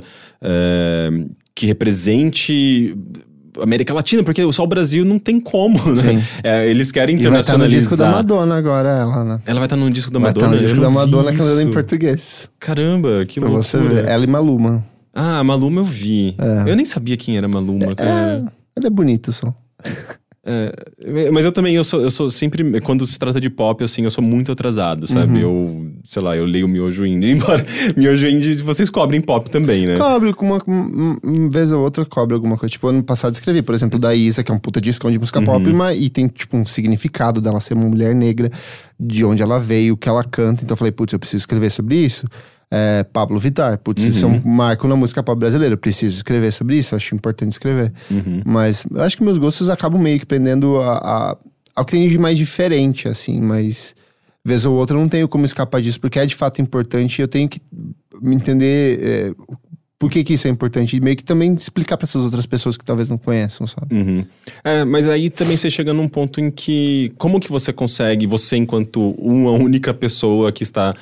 que represente... América Latina, porque só o Brasil não tem como, né? Eles querem internacionalizar. Vai estar no disco da Madonna agora, ela, né? Ela vai estar no disco da Madonna? Vai estar no disco da Madonna cantando em português. Caramba, que loucura. Você ver. Ela e Maluma. Maluma eu vi. Eu nem sabia quem era Maluma, cara. Ele é bonito só. Mas eu também, eu sou sempre, quando se trata de pop, assim, eu sou muito atrasado, sabe? Eu, sei lá, eu leio Miojo Indie, embora Miojo Indie, vocês cobrem pop também, né? Cobre, uma vez ou outra cobre alguma coisa. Tipo, ano passado escrevi, por exemplo, da Isa, que é um puta discão de música pop, e tem, tipo, um significado dela ser uma mulher negra, de onde ela veio, o que ela canta. Então eu falei, putz, eu preciso escrever sobre isso. Pablo Vittar, putz, isso é um marco na música pop brasileira, eu preciso escrever sobre isso, acho importante escrever. Mas eu acho que meus gostos acabam meio que prendendo ao que tem de mais diferente, assim, mas vez ou outra eu não tenho como escapar disso, porque é de fato importante e eu tenho que me entender por que isso é importante e meio que também explicar para essas outras pessoas que talvez não conheçam, sabe? Mas aí também você chega num ponto em que, como que você consegue, você enquanto uma única pessoa que está...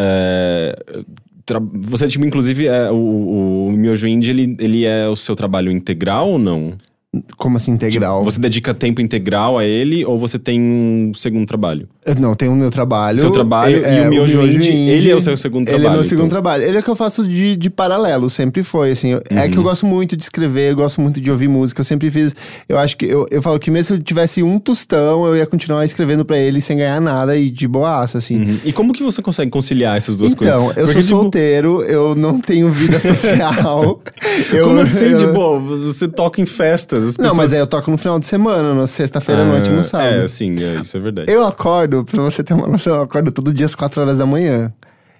você, tipo, inclusive, o Miojo Indie, ele é o seu trabalho integral ou não? Como assim, integral? Tipo, você dedica tempo integral a ele ou você tem um segundo trabalho? Não, tem o meu trabalho. Seu trabalho e o Miojo Indie, ele é o seu segundo trabalho. Ele é meu segundo trabalho. Ele é o que eu faço de paralelo, sempre foi, assim. É que eu gosto muito de escrever, eu gosto muito de ouvir música, eu sempre fiz... Eu acho que... Eu falo que mesmo se eu tivesse um tostão, eu ia continuar escrevendo pra ele sem ganhar nada e de boaça, assim. E como que você consegue conciliar essas duas coisas? Então, eu sou solteiro, eu não tenho vida social. Como assim, tipo, você toca em festas? Não, mas aí eu toco no final de semana, na sexta-feira à noite, no sábado. Sim, isso é verdade. Eu acordo, pra você ter uma noção, eu acordo todo dia às 4 horas da manhã.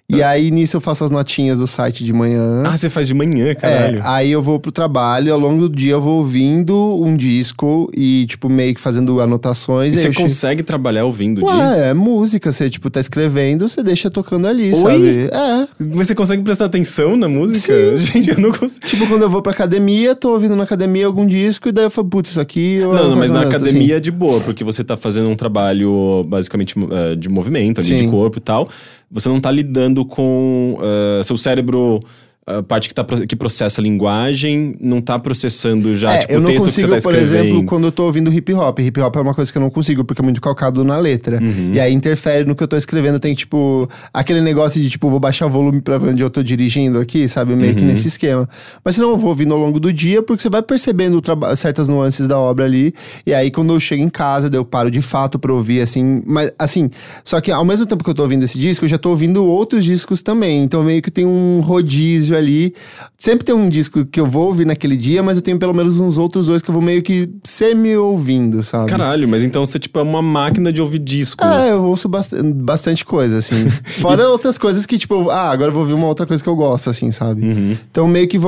E aí, nisso, eu faço as notinhas do site de manhã. Ah, você faz de manhã, caralho. Aí eu vou pro trabalho, ao longo do dia eu vou ouvindo um disco e, tipo, meio que fazendo anotações. E você eu consegue trabalhar ouvindo o disco? É música, você, tipo, tá escrevendo, você deixa tocando ali, Oi? sabe? Você consegue prestar atenção na música? Sim. Gente, eu não consigo. Tipo, quando eu vou pra academia, tô ouvindo na academia algum disco, e daí eu falo, putz, isso aqui... Não, mas na academia é de boa, porque você tá fazendo um trabalho, basicamente, de movimento, ali, de corpo e tal. Você não tá lidando com seu cérebro... A parte que processa a linguagem não tá processando já, tipo, o texto que você tá escrevendo. Eu não consigo, por exemplo, quando eu tô ouvindo hip hop. Hip hop é uma coisa que eu não consigo, porque é muito calcado na letra. E aí interfere no que eu tô escrevendo. Tem, tipo, aquele negócio de, tipo, vou baixar o volume pra ver onde eu tô dirigindo aqui, sabe? Meio que nesse esquema. Mas senão eu vou ouvindo ao longo do dia, porque você vai percebendo certas nuances da obra ali. E aí, quando eu chego em casa, daí eu paro de fato pra ouvir, assim... Mas, assim, só que ao mesmo tempo que eu tô ouvindo esse disco, eu já tô ouvindo outros discos também. Então, meio que tem um rodízio ali. Sempre tem um disco que eu vou ouvir naquele dia, mas eu tenho pelo menos uns outros dois que eu vou meio que semi-ouvindo, sabe? Caralho, mas então você, tipo, é uma máquina de ouvir discos. Eu ouço bastante coisa, assim. Fora outras coisas que, tipo, agora eu vou ouvir uma outra coisa que eu gosto, assim, sabe? Então meio que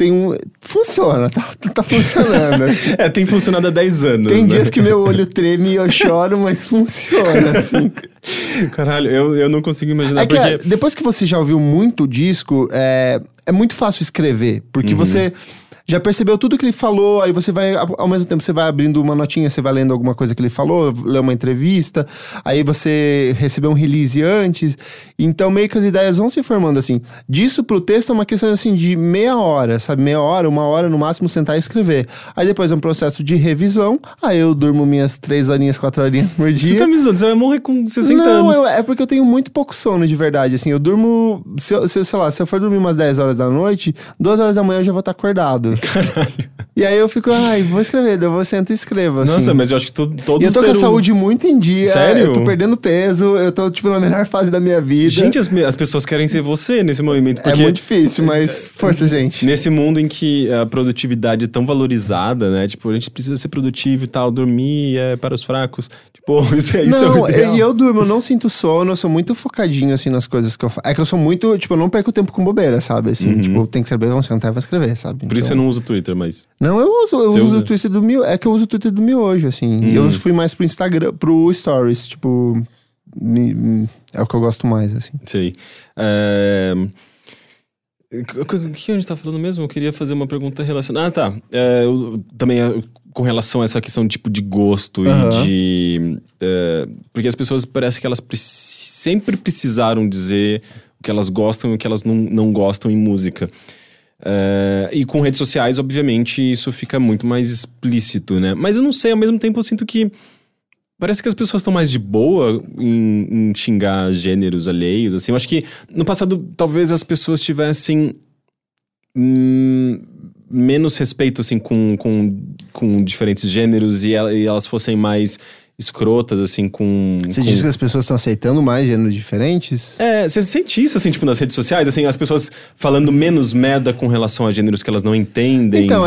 funciona, tá funcionando, assim. Tem funcionado há 10 anos, Tem dias que meu olho treme e eu choro, mas funciona, assim. Caralho, eu não consigo imaginar, porque... depois que você já ouviu muito disco, é muito fácil escrever, porque você já percebeu tudo que ele falou, aí você vai, ao mesmo tempo, você vai abrindo uma notinha, você vai lendo alguma coisa que ele falou, lê uma entrevista, aí você recebeu um release antes, então meio que as ideias vão se formando, assim. Disso pro texto é uma questão, assim, de meia hora, sabe? Meia hora, uma hora, no máximo, sentar e escrever. Aí depois é um processo de revisão, aí eu durmo minhas 3 horinhas, 4 horinhas por dia. Você tá me zoando, você vai morrer com 60 anos. Não, é porque eu tenho muito pouco sono, de verdade, assim, eu durmo, se eu for dormir umas 10 horas da noite, 2 horas da manhã eu já vou estar acordado. Caralho. E aí eu fico, vou escrever, daí eu vou sentar e escrevo, assim. Nossa, mas eu acho que todo E eu tô com a saúde muito em dia. Sério? Eu tô perdendo peso, eu tô, tipo, na melhor fase da minha vida. Gente, as pessoas querem ser você nesse movimento. Porque é muito difícil, mas força, gente. Nesse mundo em que a produtividade é tão valorizada, né? Tipo, a gente precisa ser produtivo e tal, dormir é para os fracos. Tipo, isso é o ideal. E eu durmo, eu não sinto sono, eu sou muito focadinho, assim, nas coisas que eu faço. É que eu sou muito, tipo, eu não perco tempo com bobeira, sabe? Assim, tipo, tem que escrever, vamos sentar e vai escrever, sabe? Por isso você não usa o Twitter, mas... Não, eu uso o Twitter do Miojo. É que eu uso o Twitter do Miojo, assim. E eu fui mais pro Instagram, pro Stories, tipo... É o que eu gosto mais, assim. Sei. O que a gente tá falando mesmo? Eu queria fazer uma pergunta relacionada... Ah, tá. Também com relação a essa questão tipo de gosto e de... porque as pessoas parece que elas sempre precisaram dizer o que elas gostam e o que elas não gostam em música. E com redes sociais, obviamente, isso fica muito mais explícito, né? Mas eu não sei, ao mesmo tempo eu sinto que parece que as pessoas estão mais de boa em xingar gêneros alheios, assim. Eu acho que no passado talvez as pessoas tivessem menos respeito, assim, com diferentes gêneros e elas fossem mais escrotas, assim, com... Você diz que as pessoas estão aceitando mais gêneros diferentes? Você sente isso, assim, tipo, nas redes sociais? Assim, as pessoas falando menos merda com relação a gêneros que elas não entendem? Então,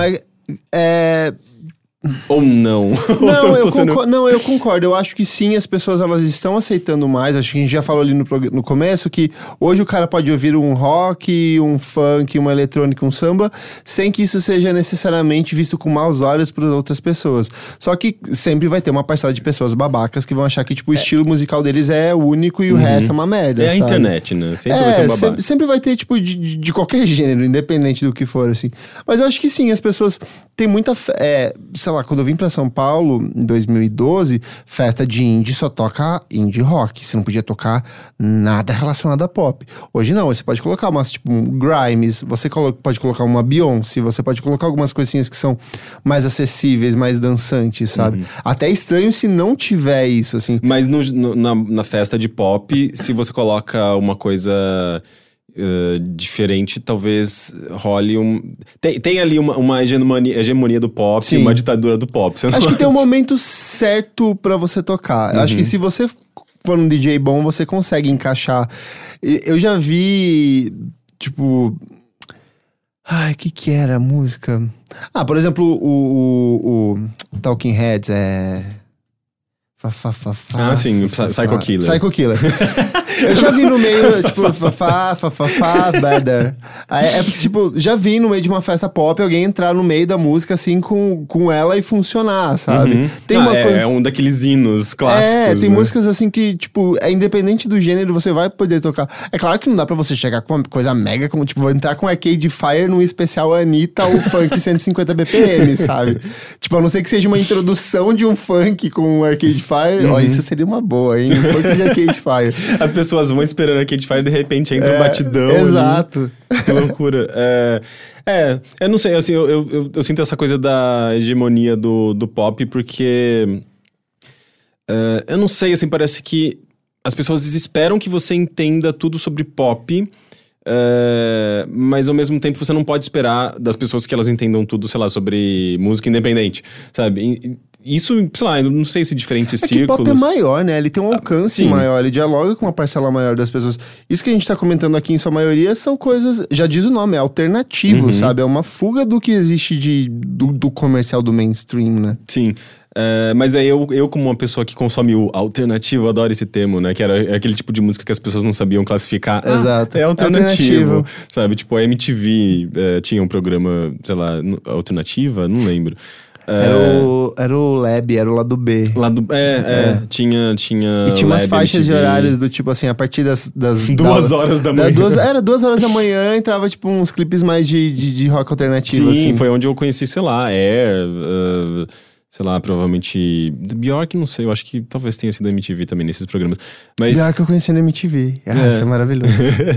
Ou não? Não, eu concordo. Eu acho que sim, as pessoas elas estão aceitando mais. Acho que a gente já falou ali no começo que hoje o cara pode ouvir um rock, um funk, uma eletrônica, um samba, sem que isso seja necessariamente visto com maus olhos por outras pessoas. Só que sempre vai ter uma parcela de pessoas babacas que vão achar que tipo, o estilo musical deles é único e o resto é uma merda. É a internet, né? Sempre vai ter um babaca. Sempre vai ter, tipo, de qualquer gênero, independente do que for, assim. Mas eu acho que sim, as pessoas têm muita fé. Sei lá, quando eu vim pra São Paulo, em 2012, festa de indie só toca indie rock. Você não podia tocar nada relacionado a pop. Hoje não, você pode colocar umas, tipo, um Grimes, você pode colocar uma Beyoncé, você pode colocar algumas coisinhas que são mais acessíveis, mais dançantes, sabe? Até é estranho se não tiver isso, assim. Mas na festa de pop, se você coloca uma coisa... diferente, talvez role tem ali uma hegemonia do pop, sim, uma ditadura do pop. Acho que tem um momento certo pra você tocar. Acho que se você for um DJ bom, você consegue encaixar. Eu já vi, tipo... Ai, o que era a música? Por exemplo, o Talking Heads Ah, sim, Psycho Killer. Psycho Killer. Eu já vi no meio, tipo, better. É porque, tipo, já vi no meio de uma festa pop alguém entrar no meio da música, assim, com ela e funcionar, sabe? Tem uma coisa... É um daqueles hinos clássicos, tem né? músicas, assim, que, tipo, independente do gênero, você vai poder tocar. É claro que não dá pra você chegar com uma coisa mega, como, tipo, vou entrar com Arcade Fire num especial Anitta ou funk 150 BPM, sabe? Tipo, a não ser que seja uma introdução de um funk com Arcade Fire, ó, isso seria uma boa, hein? Um funk de Arcade Fire. As pessoas vão esperando Arcade Fire e de repente entra um batidão. Exato. Ali. Que loucura. Eu não sei, assim, eu sinto essa coisa da hegemonia do pop, porque... eu não sei, assim, parece que as pessoas esperam que você entenda tudo sobre pop... mas ao mesmo tempo você não pode esperar das pessoas que elas entendam tudo, sei lá, sobre música independente, sabe? Isso, sei lá, eu não sei se diferentes círculos... que pop é maior, né? Ele tem um alcance maior, ele dialoga com uma parcela maior das pessoas. Isso que a gente tá comentando aqui, em sua maioria, são coisas, já diz o nome, é alternativo, sabe? É uma fuga do que existe do comercial, do mainstream, né? Sim. Mas aí eu, como uma pessoa que consome o alternativo, adoro esse termo, né? Que era aquele tipo de música que as pessoas não sabiam classificar. Exato. É alternativo. Sabe? Tipo, a MTV tinha um programa, sei lá, alternativa? Não lembro. Era o Lab, era o lado B. Tinha. E tinha umas faixas de horários do tipo assim, a partir das 2 horas da manhã. Era 2 horas da manhã, entrava tipo uns clipes mais de rock alternativo. Sim, assim. Foi onde eu conheci, sei lá, sei lá, provavelmente Bjork, não sei, eu acho que talvez tenha sido MTV também nesses programas. Mas... Bjork eu conheci no MTV. Foi maravilhoso.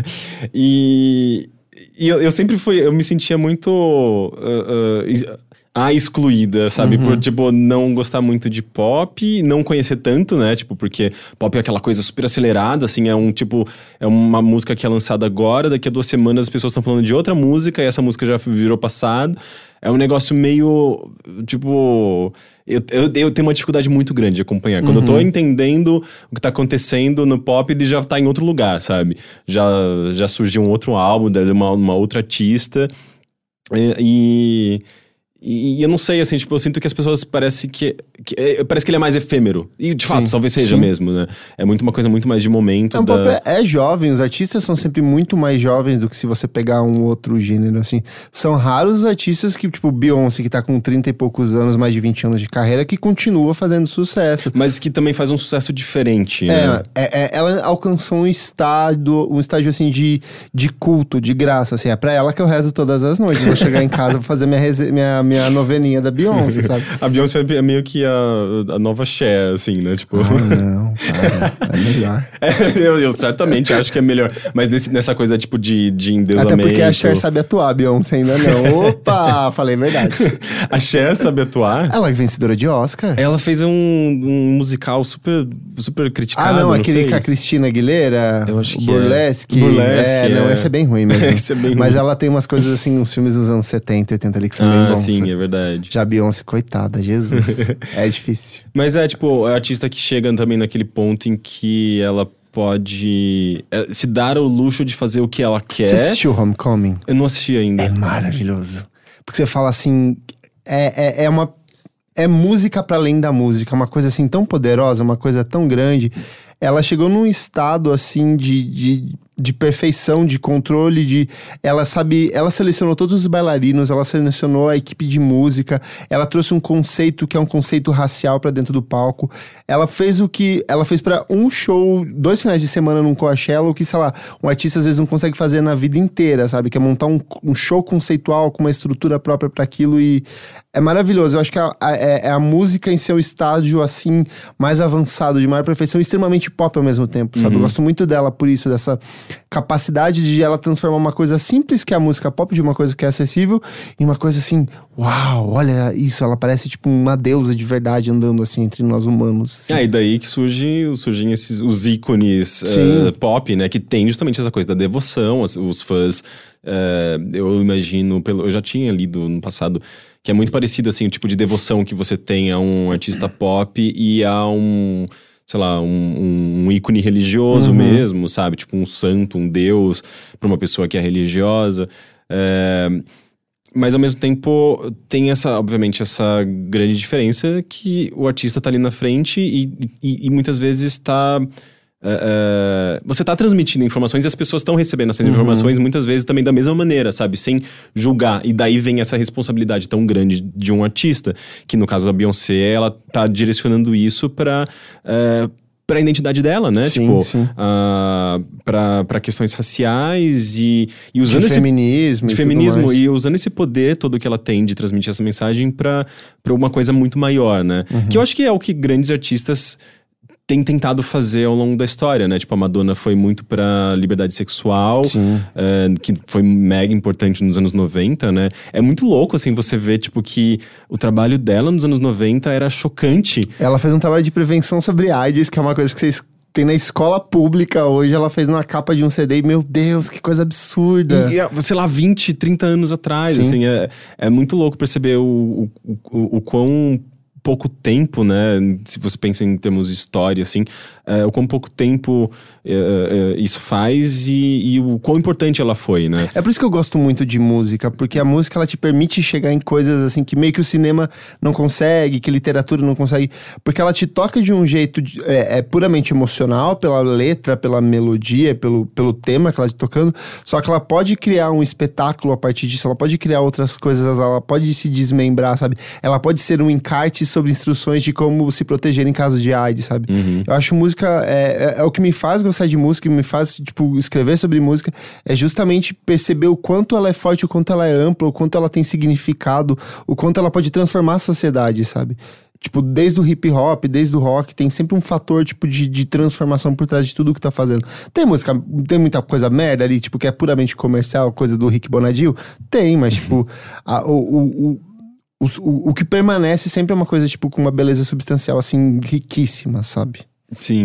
E eu sempre eu me sentia muito excluída, sabe? Por, tipo, não gostar muito de pop, não conhecer tanto, né? Tipo, porque pop é aquela coisa super acelerada, assim, é uma música que é lançada agora, daqui a 2 semanas as pessoas estão falando de outra música e essa música já virou passado. É um negócio meio, tipo... Eu tenho uma dificuldade muito grande de acompanhar. Quando eu tô entendendo o que tá acontecendo no pop, ele já tá em outro lugar, sabe? Já surgiu um outro álbum, uma outra artista. E eu não sei, assim, tipo, eu sinto que as pessoas parece que ele é mais efêmero. E, de fato, talvez seja mesmo, né? É uma coisa muito mais de momento. O pop é jovem, os artistas são sempre muito mais jovens do que se você pegar um outro gênero, assim. São raros os artistas que, tipo, Beyoncé, que tá com 30 e poucos anos, mais de 20 anos de carreira, que continua fazendo sucesso. Mas que também faz um sucesso diferente, né? Ela alcançou um estágio, assim, de culto, de graça, assim. É pra ela que eu rezo todas as noites. Vou chegar em casa pra fazer minha novelinha da Beyoncé, sabe? A Beyoncé é meio que a nova Cher, assim, né? Tipo... não, cara, é melhor. Eu certamente acho que é melhor. Mas nessa coisa, tipo, de endeusamento... Até porque a Cher sabe atuar, a Beyoncé ainda não. Opa, falei verdade. A Cher sabe atuar? Ela é vencedora de Oscar. Ela fez um musical super, super criticado, não aquele com a Cristina Aguilera? Eu acho que Burlesque. Não, esse é bem ruim mesmo. Esse é bem ruim. Mas ela tem umas coisas assim, uns filmes dos anos 70, 80 ali que são bem bons. Sim, é verdade. Já a Beyoncé, coitada, Jesus. É difícil. Mas tipo, a artista que chega também naquele ponto em que ela pode se dar o luxo de fazer o que ela quer. Você assistiu Homecoming? Eu não assisti ainda. É maravilhoso. Porque você fala assim, é música para além da música, uma coisa assim tão poderosa, uma coisa tão grande. Ela chegou num estado assim de perfeição, de controle, ela selecionou todos os bailarinos, ela selecionou a equipe de música, ela trouxe um conceito que é um conceito racial pra dentro do palco. Ela fez pra um show, 2 finais de semana num Coachella, o que, sei lá, um artista às vezes não consegue fazer na vida inteira, sabe? Que é montar um show conceitual com uma estrutura própria pra aquilo e é maravilhoso. Eu acho que é a música em seu estágio, assim, mais avançado, de maior perfeição, extremamente pop ao mesmo tempo, sabe? Eu gosto muito dela por isso, dessa capacidade de ela transformar uma coisa simples, que é a música pop, de uma coisa que é acessível, em uma coisa assim, uau, olha isso, ela parece tipo uma deusa de verdade andando assim entre nós humanos. Assim. E daí que surgem os ícones pop, né? Que tem justamente essa coisa da devoção, os fãs. Eu imagino, eu já tinha lido no passado, que é muito parecido assim, o tipo de devoção que você tem a um artista pop e a sei lá, um ícone religioso mesmo, sabe? Tipo um santo, um deus, pra uma pessoa que é religiosa. Mas ao mesmo tempo tem obviamente, essa grande diferença que o artista tá ali na frente e muitas vezes tá... você tá transmitindo informações e as pessoas estão recebendo essas informações muitas vezes também da mesma maneira, sabe? Sem julgar. E daí vem essa responsabilidade tão grande de um artista, que no caso da Beyoncé, ela tá direcionando isso pra identidade dela, né? Sim, tipo, sim. Pra questões raciais e usando de feminismo e usando esse poder todo que ela tem de transmitir essa mensagem pra uma coisa muito maior, né? Que eu acho que é o que grandes artistas têm tentado fazer ao longo da história, né? Tipo, a Madonna foi muito pra liberdade sexual, que foi mega importante nos anos 90, né? É muito louco, assim, você ver, tipo, que o trabalho dela nos anos 90 era chocante. Ela fez um trabalho de prevenção sobre AIDS, que é uma coisa que vocês tem na escola pública hoje. Ela fez uma capa de um CD e, meu Deus, que coisa absurda. E sei lá, 20, 30 anos atrás, assim, é muito louco perceber o quão pouco tempo, né, se você pensa em termos de história, assim, o quão pouco tempo isso faz e o quão importante ela foi, né? É por isso que eu gosto muito de música, porque a música, ela te permite chegar em coisas, assim, que meio que o cinema não consegue, que literatura não consegue, porque ela te toca de um jeito puramente emocional, pela letra, pela melodia, pelo tema que ela tá tocando, só que ela pode criar um espetáculo a partir disso, ela pode criar outras coisas, ela pode se desmembrar, sabe? Ela pode ser um encarte sobre instruções de como se proteger em caso de AIDS, sabe? Eu acho música, é o que me faz gostar de música, me faz, tipo, escrever sobre música, é justamente perceber o quanto ela é forte, o quanto ela é ampla, o quanto ela tem significado, o quanto ela pode transformar a sociedade, sabe? Tipo, desde o hip hop, desde o rock, tem sempre um fator, tipo, de transformação por trás de tudo que tá fazendo. Tem música, tem muita coisa merda ali, tipo, que é puramente comercial, coisa do Rick Bonadio? Tem, mas, tipo, o que permanece sempre é uma coisa, tipo, com uma beleza substancial, assim, riquíssima, sabe? Sim.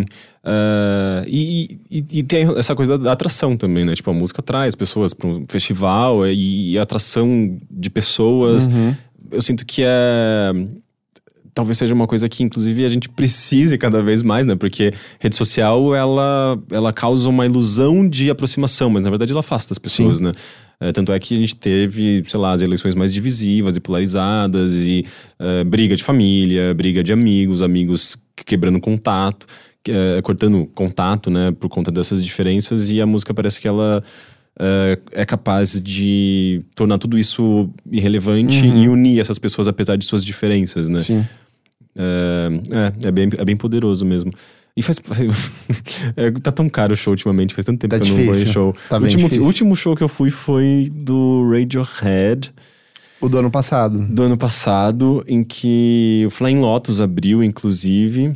E tem essa coisa da atração também, né? Tipo, a música traz pessoas para um festival e a atração de pessoas. Eu sinto que talvez seja uma coisa que, inclusive, a gente precise cada vez mais, né? Porque rede social, ela causa uma ilusão de aproximação, mas na verdade ela afasta as pessoas, né? Tanto é que a gente teve, sei lá, as eleições mais divisivas e polarizadas e briga de família, briga de amigos quebrando contato, cortando contato, né? Por conta dessas diferenças, e a música parece que ela é capaz de tornar tudo isso irrelevante e unir essas pessoas apesar de suas diferenças, né? Sim. É bem poderoso mesmo. E tá tão caro o show ultimamente, faz tanto tempo tá que eu difícil. não vou em show. Tá O último show que eu fui foi do Radiohead. O do ano passado. Do ano passado, em que o Flying Lotus abriu, inclusive,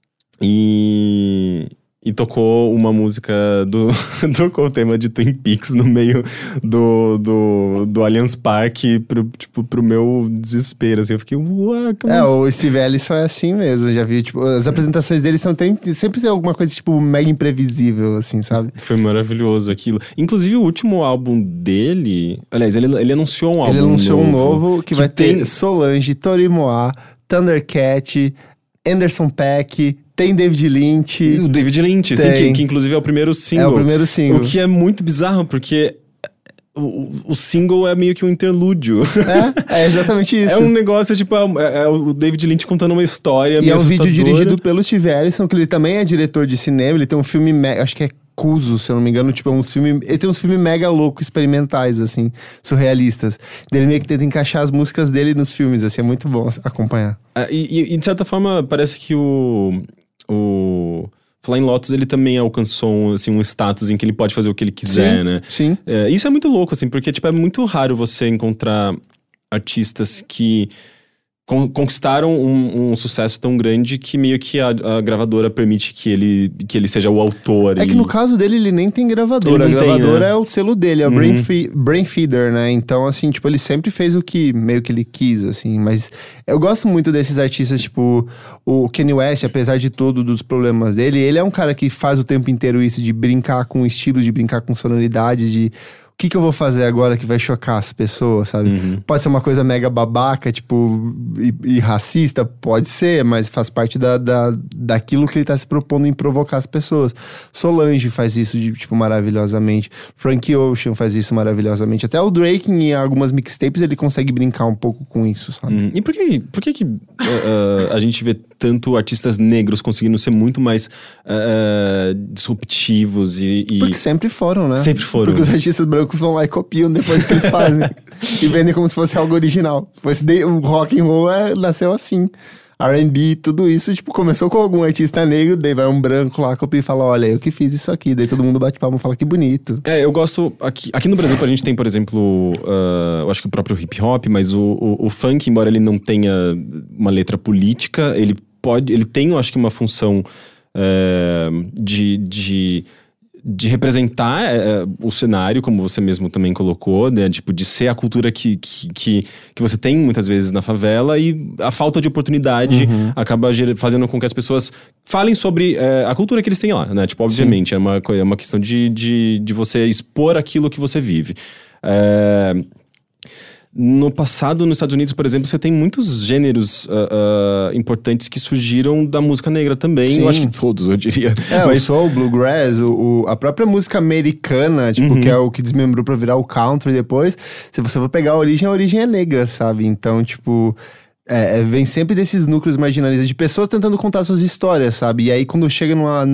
e tocou uma música tocou o tema de Twin Peaks no meio do Allianz Parque pro meu desespero, assim, eu fiquei, uau, o Steve Ellison é assim mesmo, já vi, tipo, as apresentações dele sempre tem alguma coisa, tipo, mega imprevisível, assim, sabe? Foi maravilhoso aquilo. Inclusive, o último álbum dele, aliás, ele anunciou um álbum novo. Ele anunciou um novo que vai ter Solange, Tori Moa, Thundercat, Anderson .Paak, tem David Lynch. O David Lynch, sim, que inclusive é o primeiro single. É o primeiro single. O que é muito bizarro, porque o single é meio que um interlúdio. É exatamente isso. É um negócio, tipo, é o David Lynch contando uma história e é um vídeo dirigido pelo Steve Ellison, que ele também é diretor de cinema, ele tem um filme, acho que é Cuso, se eu não me engano, tipo, ele tem uns filmes mega loucos, experimentais, assim, surrealistas. Ele meio que tenta encaixar as músicas dele nos filmes, assim, é muito bom acompanhar. E de certa forma, parece que o Flying Lotus, ele também alcançou um status em que ele pode fazer o que ele quiser, né? Sim. Isso é muito louco, assim, porque, tipo, é muito raro você encontrar artistas que conquistaram um sucesso tão grande que meio que a gravadora permite que ele seja o autor. É que no caso dele, ele nem tem gravadora. A gravadora é o selo dele, é o Brain Feeder, né? Então, assim, tipo, ele sempre fez o que meio que ele quis, assim. Mas eu gosto muito desses artistas, tipo, o Kanye West, apesar de tudo, dos problemas dele, ele é um cara que faz o tempo inteiro isso, de brincar com estilo, de brincar com sonoridade, de... que eu vou fazer agora que vai chocar as pessoas, sabe? Pode ser uma coisa mega babaca, tipo, e racista, pode ser, mas faz parte daquilo que ele tá se propondo em provocar as pessoas. Solange faz isso, tipo, maravilhosamente. Frank Ocean faz isso maravilhosamente. Até o Drake, em algumas mixtapes, ele consegue brincar um pouco com isso, sabe? E por que a gente vê tanto artistas negros conseguindo ser muito mais disruptivos Porque sempre foram, né? Sempre foram. Porque os artistas brancos vão lá e copiam depois que eles fazem. E vendem como se fosse algo original. O rock and roll nasceu assim. R&B, tudo isso, tipo, começou com algum artista negro, daí vai um branco lá, copia e fala, olha, eu que fiz isso aqui. Daí todo mundo bate palma e fala, que bonito. Eu gosto... Aqui no Brasil, a gente tem, por exemplo, eu acho que o próprio hip hop, mas o funk, embora ele não tenha uma letra política, ele tem, eu acho que uma função de representar o cenário, como você mesmo também colocou, né? Tipo, de ser a cultura que você tem muitas vezes na favela, e a falta de oportunidade acaba fazendo com que as pessoas falem sobre a cultura que eles têm lá, né? Tipo, obviamente, é uma questão de você expor aquilo que você vive. No passado, nos Estados Unidos, por exemplo, você tem muitos gêneros importantes que surgiram da música negra também. Sim. Eu acho que todos, eu diria. O soul, o bluegrass, a própria música americana, tipo, que é o que desmembrou pra virar o country depois. Se você for pegar a origem é negra, sabe? Então, tipo... vem sempre desses núcleos marginalizados, de pessoas tentando contar suas histórias, sabe? E aí, quando chega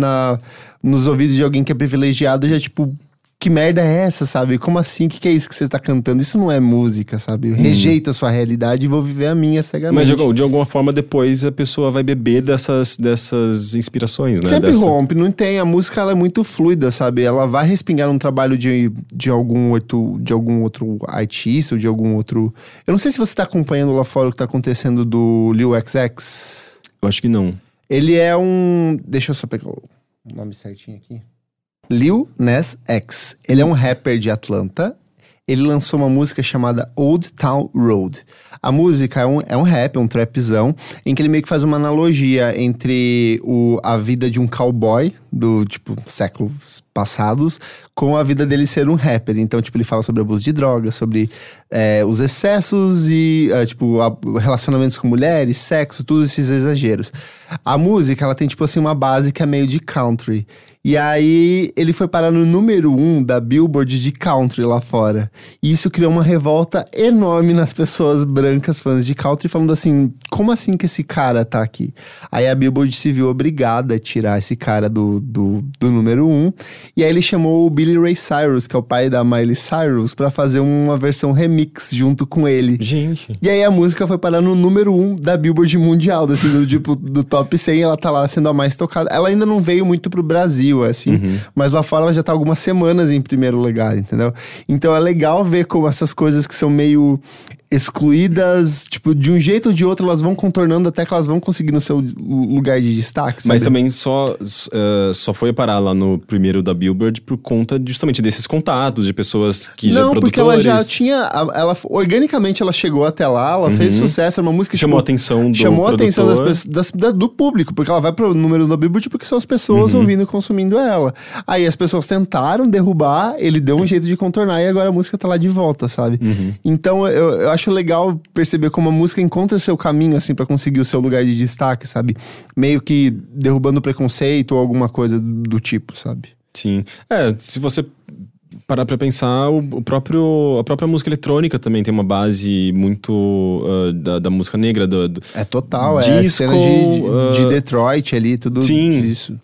nos ouvidos de alguém que é privilegiado, já, tipo... Que merda é essa, sabe? Como assim? O que é isso que você tá cantando? Isso não é música, sabe? Eu rejeito a sua realidade e vou viver a minha cegamente. Mas de alguma forma depois a pessoa vai beber dessas inspirações, né? Sempre rompe, não tem. A música ela é muito fluida, sabe? Ela vai respingar num trabalho de algum outro artista ou de algum outro... Eu não sei se você tá acompanhando lá fora o que tá acontecendo do Lil XX. Eu acho que não. Ele é um... Deixa eu só pegar o nome certinho aqui. Lil Nas X. Ele é um rapper de Atlanta. Ele lançou uma música chamada Old Town Road. A música é um rap, um trapzão, em que ele meio que faz uma analogia entre a vida de um cowboy do, tipo, séculos passados, com a vida dele ser um rapper. Então, tipo, ele fala sobre abuso de drogas, sobre os excessos e, relacionamentos com mulheres, sexo, todos esses exageros. A música, ela tem, tipo assim, uma base que é meio de country. E aí, ele foi parar no número 1 da Billboard de country lá fora. E isso criou uma revolta enorme nas pessoas brancas, fãs de country, falando assim, como assim que esse cara tá aqui? Aí a Billboard se viu obrigada a tirar esse cara do número 1. E aí ele chamou o Billy Ray Cyrus, que é o pai da Miley Cyrus, pra fazer uma versão remix junto com ele. Gente. E aí a música foi parar no número 1 da Billboard mundial, assim, do top 100, ela tá lá sendo a mais tocada. Ela ainda não veio muito pro Brasil, assim, mas lá fora ela já tá algumas semanas em primeiro lugar, entendeu? Então é legal ver como essas coisas que são meio excluídas, tipo, de um jeito ou de outro, elas vão contornando até que elas vão conseguir no seu lugar de destaque, sabe? Mas também só foi parar lá no primeiro da Billboard por conta justamente desses contatos de pessoas que já produtores... Não, porque ela já tinha... organicamente ela chegou até lá, ela fez sucesso, é uma música... Chamou a atenção do Chamou a atenção produtor. das pessoas, do público, porque ela vai pro número da Billboard porque são as pessoas ouvindo e consumindo ela. Aí as pessoas tentaram derrubar, ele deu um jeito de contornar e agora a música tá lá de volta, sabe? Então eu acho legal perceber como a música encontra seu caminho, assim, pra conseguir o seu lugar de destaque, sabe? Meio que derrubando preconceito ou alguma coisa do tipo, sabe? Sim. Se você parar pra pensar, a própria música eletrônica também tem uma base muito da música negra. É total, disco, é a cena de Detroit ali, tudo isso.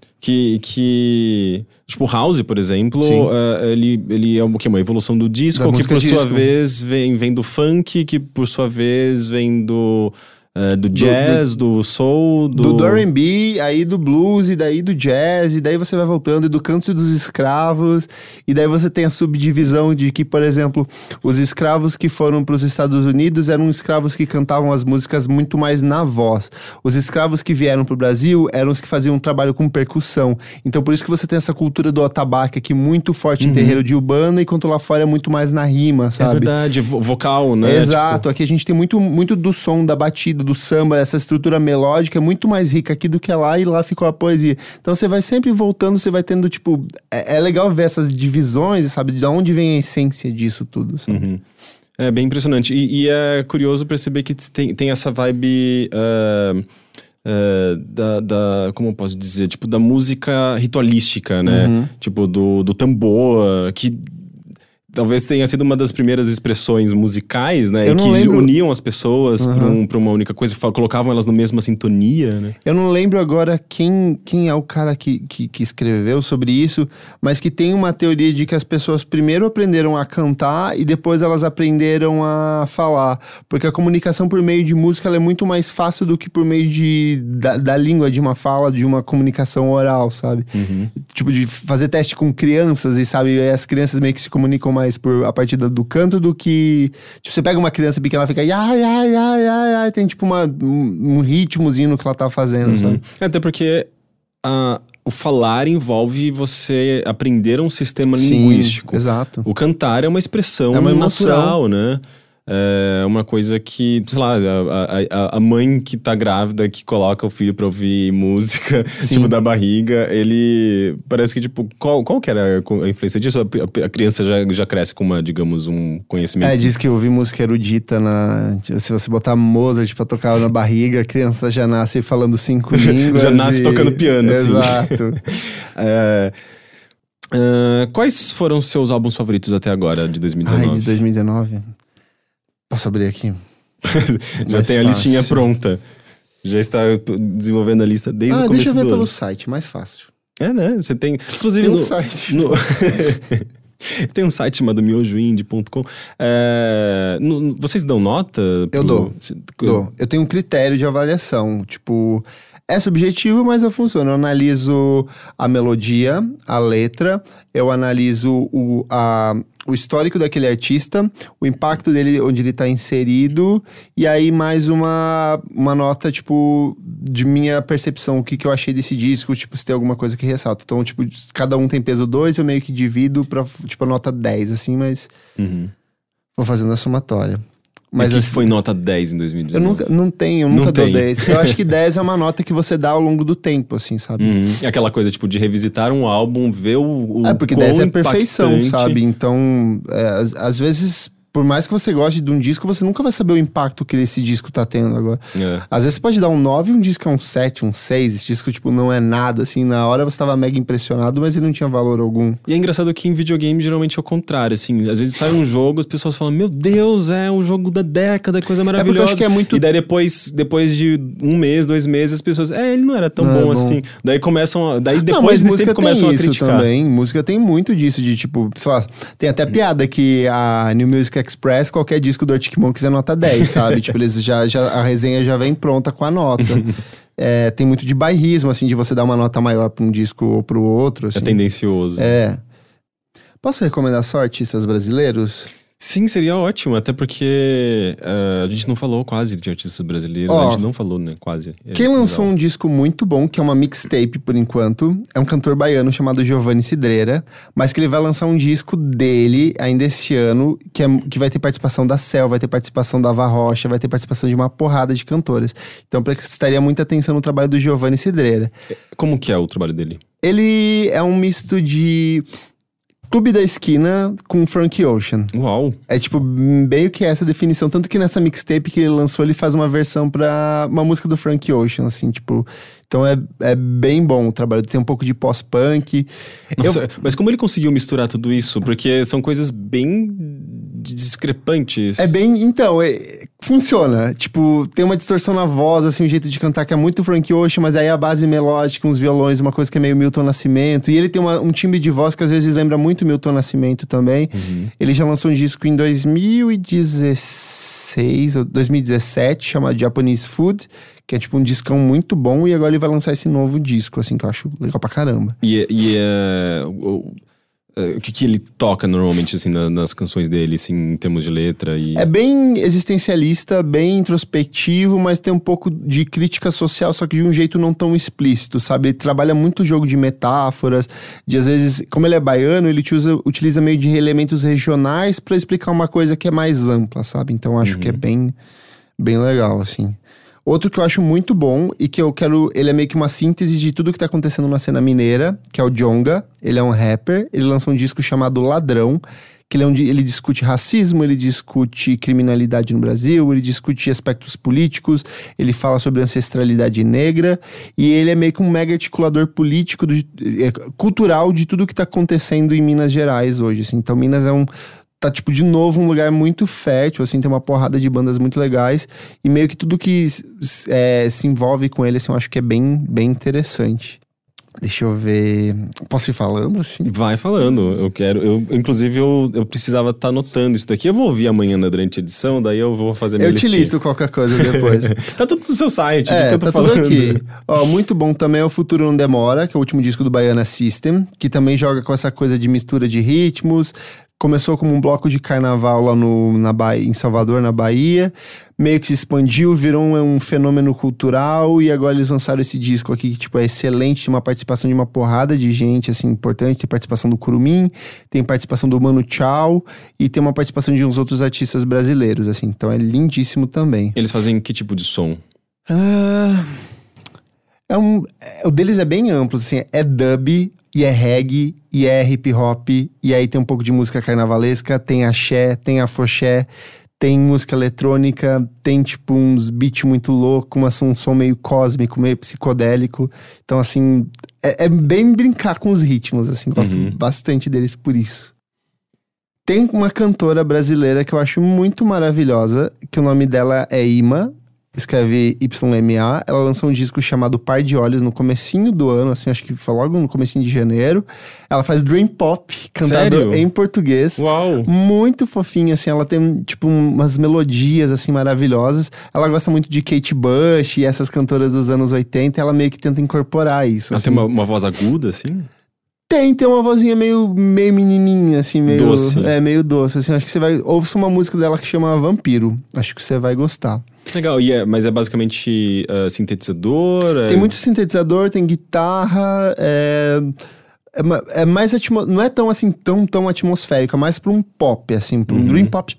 Que tipo, House, por exemplo, ele é uma evolução do disco, Da que música por sua disco. vez vem do funk, que por sua vez vem do jazz, do soul, do R&B, aí do blues, e daí do jazz, e daí você vai voltando, e do canto dos escravos, e daí você tem a subdivisão de que, por exemplo, os escravos que foram para os Estados Unidos eram escravos que cantavam as músicas muito mais na voz. Os escravos que vieram para o Brasil eram os que faziam um trabalho com percussão. Então por isso que você tem essa cultura do atabaque aqui muito forte em terreiro de Umbanda, enquanto lá fora é muito mais na rima, sabe? É verdade, vocal, né? Exato, aqui a gente tem muito do som da batida do samba, essa estrutura melódica é muito mais rica aqui do que lá, e lá ficou a poesia. Então você vai sempre voltando, você vai tendo, tipo... É legal ver essas divisões, sabe? De onde vem a essência disso tudo, sabe? Uhum. É bem impressionante. E é curioso perceber que tem essa vibe... como eu posso dizer? Tipo, da música ritualística, né? Uhum. Tipo, do tambor, que talvez tenha sido uma das primeiras expressões musicais, né? Eu E não que lembro... uniam as pessoas pra uma única coisa, colocavam elas na mesma sintonia, né? Eu não lembro agora quem é o cara que escreveu sobre isso, mas que tem uma teoria de que as pessoas primeiro aprenderam a cantar e depois elas aprenderam a falar. Porque a comunicação por meio de música ela é muito mais fácil do que por meio da língua, de uma fala, de uma comunicação oral, sabe? Uhum. Tipo, de fazer teste com crianças e, sabe, as crianças meio que se comunicam mais a partir do canto do que... Tipo, você pega uma criança pequena, ela fica... Tem tipo um ritmozinho no que ela tá fazendo, sabe? Até porque o falar envolve você aprender um sistema linguístico. Exato. O cantar é uma expressão É uma emoção. natural, né? É uma coisa que, sei lá, a mãe que tá grávida, que coloca o filho pra ouvir música, tipo, da barriga, ele... Parece que, tipo, qual que era a influência disso? A criança já cresce com digamos, um conhecimento... Diz que ouvir música erudita se você botar Mozart pra tocar na barriga, a criança já nasce falando 5 línguas. Já nasce tocando piano, assim. Exato. Quais foram os seus álbuns favoritos até agora, de 2019? De 2019... Posso abrir aqui? Já tem a listinha pronta. Já está desenvolvendo a lista desde o começo deixa eu ver do pelo ano. site, mais fácil. Né? Você tem... Inclusive tem um site. Tem um site chamado miojoindie.com. Vocês dão nota? Eu dou. Eu tenho um critério de avaliação. Tipo, é subjetivo, mas eu funciono. Eu analiso a melodia, a letra, eu analiso o histórico daquele artista, o impacto dele, onde ele tá inserido, e aí mais uma nota, tipo, de minha percepção, o que eu achei desse disco, tipo, se tem alguma coisa que ressalta. Então, tipo, cada um tem peso 2, eu meio que divido pra, tipo, a nota 10, assim, mas vou fazendo a somatória. Mas que foi nota 10 em 2019? Eu nunca dou 10. Eu acho que 10 é uma nota que você dá ao longo do tempo, assim, sabe? Aquela coisa, tipo, de revisitar um álbum, ver o porque 10 é perfeição, sabe? Então, às vezes... Por mais que você goste de um disco, você nunca vai saber o impacto que esse disco tá tendo agora. Às vezes você pode dar um 9 e um disco é um 7, um 6. Esse disco, tipo, não é nada, assim. Na hora você tava mega impressionado, mas ele não tinha valor algum. E é engraçado que em videogame, geralmente é o contrário, assim. Às vezes sai um jogo, as pessoas falam, meu Deus, é o jogo da década, coisa maravilhosa. Eu acho que é muito... E daí depois de 1 mês, 2 meses, as pessoas... ele não era tão bom assim. Daí começam... Daí depois desse tempo começam a criticar. Também. Música tem muito disso, de tipo... Sei lá, tem até piada que a New Music Express, qualquer disco do Arctic Monkeys é nota 10, sabe? Tipo, eles a resenha já vem pronta com a nota. Tem muito de bairrismo, assim, de você dar uma nota maior pra um disco ou pro outro, assim. É tendencioso. Posso recomendar só artistas brasileiros? Sim, seria ótimo, até porque a gente não falou quase de artistas brasileiros, a gente não falou, né, quase. Quem lançou um disco muito bom, que é uma mixtape por enquanto, é um cantor baiano chamado Giovanni Cidreira, mas que ele vai lançar um disco dele ainda esse ano, que vai ter participação da Cel, vai ter participação da Ava Rocha, vai ter participação de uma porrada de cantoras. Então prestaria muita atenção no trabalho do Giovanni Cidreira. Como que é o trabalho dele? Ele é um misto de... Clube da Esquina com Frank Ocean. Uau! É tipo, meio que essa definição. Tanto que nessa mixtape que ele lançou, ele faz uma versão pra uma música do Frank Ocean, assim, tipo... Então é bem bom o trabalho. Tem um pouco de pós-punk. Mas como ele conseguiu misturar tudo isso? Porque são coisas bem discrepantes. Então, funciona. Tipo, tem uma distorção na voz, assim, um jeito de cantar que é muito Frank Ocean, mas aí a base melódica, uns violões, uma coisa que é meio Milton Nascimento. E ele tem um timbre de voz que às vezes lembra muito Milton Nascimento também. Ele já lançou um disco em 2016 ou 2017, chamado Japanese Food, que é tipo um discão muito bom, e agora ele vai lançar esse novo disco, assim, que eu acho legal pra caramba. O que ele toca normalmente, assim, nas canções dele, assim, em termos de letra? É bem existencialista, bem introspectivo, mas tem um pouco de crítica social, só que de um jeito não tão explícito, sabe? Ele trabalha muito o jogo de metáforas, de às vezes, como ele é baiano, ele utiliza meio de elementos regionais pra explicar uma coisa que é mais ampla, sabe? Então acho que é bem legal, assim. Outro que eu acho muito bom e que eu quero... Ele é meio que uma síntese de tudo que tá acontecendo na cena mineira, que é o Djonga. Ele é um rapper, ele lançou um disco chamado Ladrão, que ele discute racismo, ele discute criminalidade no Brasil, ele discute aspectos políticos, ele fala sobre ancestralidade negra, e ele é meio que um mega articulador político, cultural de tudo que tá acontecendo em Minas Gerais hoje, assim. Então Minas tá, tipo, de novo, um lugar muito fértil, assim, tem uma porrada de bandas muito legais, e meio que tudo que se envolve com ele, assim, eu acho que é bem, bem interessante. Deixa eu ver... Posso ir falando, assim? Vai falando, inclusive, eu precisava estar anotando isso daqui. Eu vou ouvir amanhã durante a edição, daí eu vou fazer minha listinha. Eu te listo qualquer coisa depois. Tá tudo no seu site, que eu tô tá falando. Tudo aqui. Ó, muito bom também é o Futuro Não Demora, que é o último disco do Baiana System, que também joga com essa coisa de mistura de ritmos. Começou como um bloco de carnaval lá em Salvador, na Bahia. Meio que se expandiu, virou um fenômeno cultural. E agora eles lançaram esse disco aqui, que tipo, é excelente. Tem uma participação de uma porrada de gente, assim, importante. Tem participação do Curumim, tem participação do Mano Chao. E tem uma participação de uns outros artistas brasileiros, assim. Então é lindíssimo também. Eles fazem que tipo de som? O deles é bem amplo, assim. É dub... E é reggae, e é hip hop, e aí tem um pouco de música carnavalesca, tem axé, tem afoxé, tem música eletrônica, tem tipo uns beats muito loucos, um som meio cósmico, meio psicodélico. Então, assim, é bem brincar com os ritmos, assim, gosto bastante deles por isso. Tem uma cantora brasileira que eu acho muito maravilhosa, que o nome dela é Ima. Escreve YMA, ela lançou um disco chamado Par de Olhos no comecinho do ano, assim, acho que foi logo no comecinho de janeiro. Ela faz dream pop, cantado Sério? Em português. Uau! Muito fofinha, assim, ela tem, tipo, umas melodias, assim, maravilhosas. Ela gosta muito de Kate Bush e essas cantoras dos anos 80, ela meio que tenta incorporar isso. Ela assim. tem uma voz aguda, assim? Tem uma vozinha meio menininha, assim, meio... Doce. Meio doce, assim, acho que você vai... Ouça uma música dela que chama Vampiro, acho que você vai gostar. Legal, mas é basicamente sintetizador? Tem muito sintetizador, tem guitarra, é mais não é tão assim, tão atmosférico, é mais pra um pop, assim, pra um dream pop.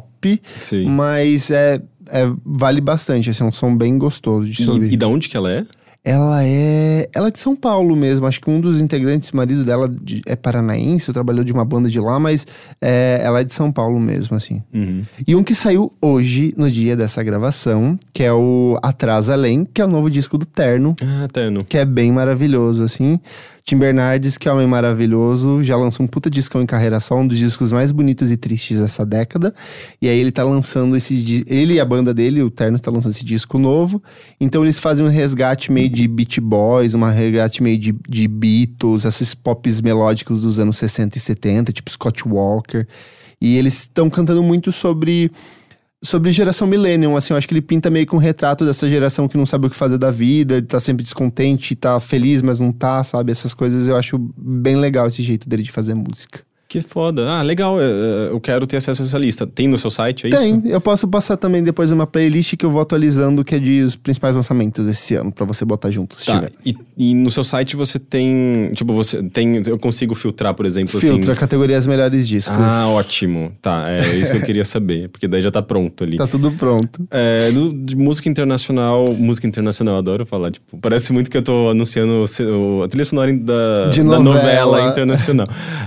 Sim. Mas vale bastante, assim, é um som bem gostoso de se ouvir. E da onde que ela é? Ela é de São Paulo mesmo, acho que um dos integrantes, marido dela é paranaense, trabalhou de uma banda de lá, mas ela é de São Paulo mesmo, assim. E um que saiu hoje, no dia dessa gravação, que é o Atrás Além, que é o novo disco do Terno. Ah, Terno. Que é bem maravilhoso, assim. Tim Bernardes, que é um homem maravilhoso, já lançou um puta discão em carreira só, um dos discos mais bonitos e tristes dessa década. E aí ele tá lançando ele e a banda dele, o Terno, tá lançando esse disco novo. Então eles fazem um resgate meio de Beach Boys, um resgate meio de Beatles, esses pops melódicos dos anos 60 e 70, tipo Scott Walker. E eles estão cantando muito sobre geração millennium, assim, eu acho que ele pinta meio que um retrato dessa geração que não sabe o que fazer da vida, tá sempre descontente, tá feliz, mas não tá, sabe? Essas coisas eu acho bem legal esse jeito dele de fazer música. Que foda. Ah, legal. Eu quero ter acesso a essa lista. Tem no seu site, é isso? Tem. Eu posso passar também depois uma playlist que eu vou atualizando, que é de os principais lançamentos esse ano, pra você botar junto, se tiver. E no seu site você tem... Tipo, eu consigo filtrar, por exemplo, Filtra assim... categorias melhores discos. Ah, ótimo. Tá, é isso que eu queria saber. Porque daí já tá pronto ali. Tá tudo pronto. De música internacional, adoro falar. Tipo, parece muito que eu tô anunciando a trilha sonora da novela internacional.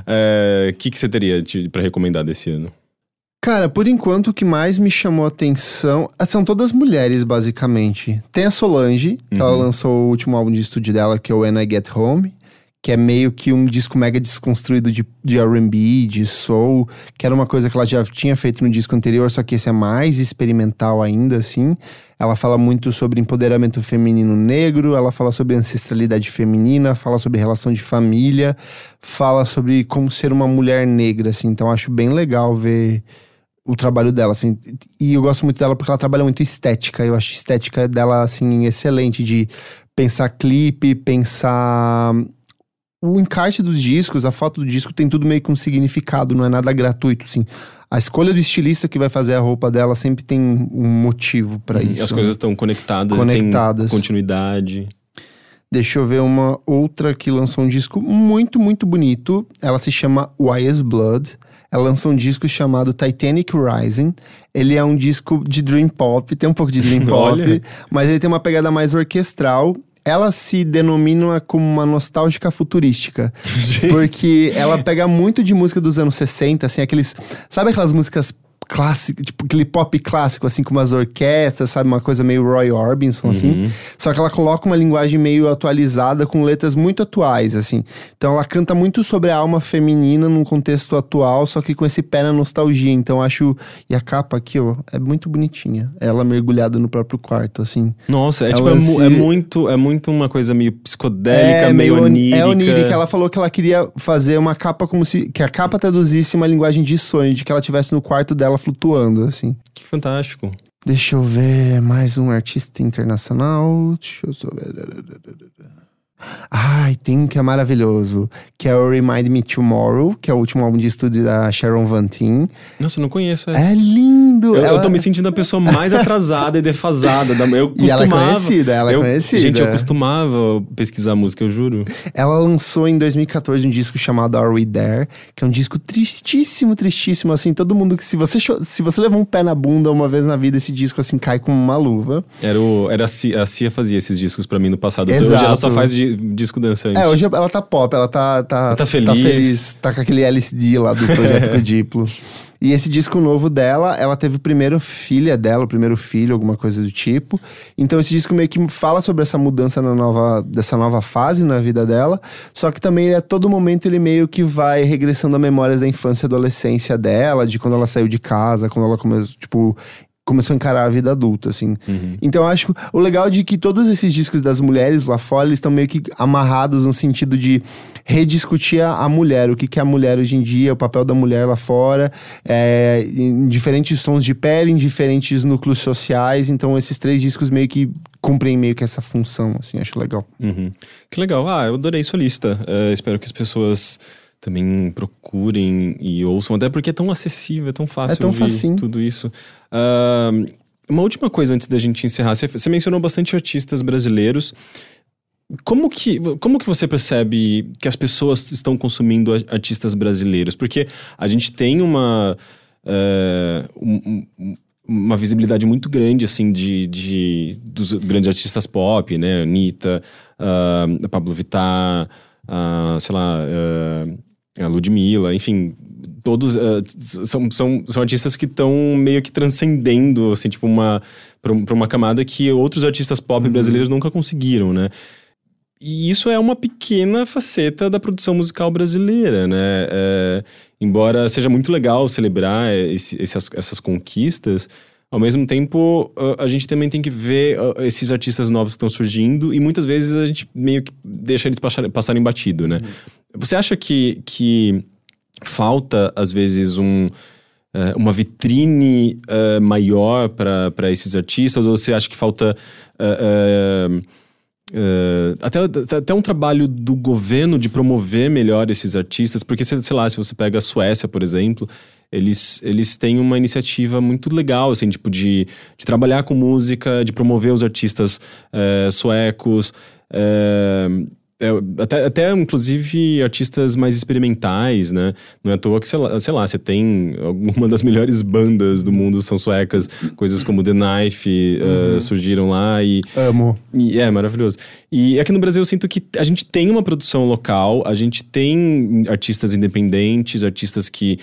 O que você teria pra recomendar desse ano? Cara, por enquanto o que mais me chamou a atenção são todas mulheres, basicamente. Tem a Solange, que ela lançou o último álbum de estúdio dela, que é o When I Get Home, que é meio que um disco mega desconstruído de R&B, de soul, que era uma coisa que ela já tinha feito no disco anterior, só que esse é mais experimental ainda, assim. Ela fala muito sobre empoderamento feminino negro, ela fala sobre ancestralidade feminina, fala sobre relação de família, fala sobre como ser uma mulher negra, assim. Então acho bem legal ver o trabalho dela, assim. E eu gosto muito dela porque ela trabalha muito estética. Eu acho a estética dela, assim, excelente, de pensar clipe, pensar... O encarte dos discos, a foto do disco tem tudo meio que um significado, não é nada gratuito, assim. A escolha do estilista que vai fazer a roupa dela sempre tem um motivo pra isso. As coisas estão conectadas. Tem continuidade. Deixa eu ver uma outra que lançou um disco muito, muito bonito. Ela se chama Why is Blood. ela lançou um disco chamado Titanic Rising. Ele é um disco de dream pop, tem um pouco de dream pop, mas ele tem uma pegada mais orquestral. Ela se denomina como uma nostálgica futurística. Porque ela pega muito de música dos anos 60, assim, aqueles... Sabe aquelas músicas clássicas, tipo aquele pop clássico, assim, com umas orquestras, sabe? Uma coisa meio Roy Orbison, assim. Só que ela coloca uma linguagem meio atualizada, com letras muito atuais, assim. Então ela canta muito sobre a alma feminina num contexto atual, só que com esse pé na nostalgia. Então acho... E a capa aqui, ó, é muito bonitinha. Ela mergulhada no próprio quarto, assim. Nossa, é muito uma coisa meio psicodélica, meio onírica. É onírica. Ela falou que ela queria fazer uma capa como se... Que a capa traduzisse uma linguagem de sonho, de que ela estivesse no quarto dela flutuando, assim. Que fantástico. Deixa eu ver mais um artista internacional. Deixa eu só ver. Ai, tem um que é maravilhoso, que é o Remind Me Tomorrow, que é o último álbum de estúdio da Sharon Van Tien. Nossa, eu não conheço essa. É lindo! Eu tô me sentindo a pessoa mais atrasada e defasada. E ela é conhecida, Gente, eu costumava pesquisar música, eu juro. Ela lançou em 2014 um disco chamado Are We There, que é um disco tristíssimo, tristíssimo, assim, todo mundo que... Se você levou um pé na bunda uma vez na vida, esse disco, assim, cai como uma luva. A Cia fazia esses discos pra mim no passado. Exato. Então hoje ela só faz disco dançante. Hoje ela tá pop, ela tá feliz. Tá com aquele LSD lá do Projeto Ridículo. E esse disco novo dela, ela teve o primeiro filho, alguma coisa do tipo. Então esse disco meio que fala sobre essa mudança dessa nova fase na vida dela. Só que também a todo momento ele meio que vai regressando a memórias da infância e adolescência dela, de quando ela saiu de casa, quando ela começou a encarar a vida adulta, assim. Então eu acho o legal de que todos esses discos das mulheres lá fora, eles estão meio que amarrados no sentido de rediscutir a mulher, o que é a mulher hoje em dia, o papel da mulher lá fora, em diferentes tons de pele, em diferentes núcleos sociais. Então esses 3 discos meio que cumprem meio que essa função, assim, acho legal. Que legal. Eu adorei sua lista. Espero que as pessoas também procurem e ouçam, até porque é tão acessível, é tão fácil ouvir facinho. Tudo isso. Uma última coisa antes da gente encerrar. Você mencionou bastante artistas brasileiros. Como que você percebe que as pessoas estão consumindo artistas brasileiros? Porque a gente tem uma visibilidade muito grande, assim, dos grandes artistas pop, né? Anitta, a Pablo Vittar, sei lá... a Ludmilla, enfim, todos são artistas que estão meio que transcendendo, assim, tipo, pra uma camada que outros artistas pop brasileiros nunca conseguiram, né? E isso é uma pequena faceta da produção musical brasileira, né? Embora seja muito legal celebrar essas conquistas, ao mesmo tempo, a gente também tem que ver esses artistas novos que estão surgindo e muitas vezes a gente meio que deixa eles passarem batido, né? Você acha que falta, às vezes, uma vitrine maior para esses artistas? Ou você acha que falta até um trabalho do governo de promover melhor esses artistas? Porque, sei lá, se você pega a Suécia, por exemplo... Eles têm uma iniciativa muito legal, assim, tipo, de trabalhar com música, de promover os artistas suecos, até inclusive artistas mais experimentais, né? Não é à toa que, sei lá, você tem alguma das melhores bandas do mundo são suecas, coisas como The Knife surgiram lá e... Amo. E é maravilhoso. E aqui no Brasil eu sinto que a gente tem uma produção local, a gente tem artistas independentes, artistas que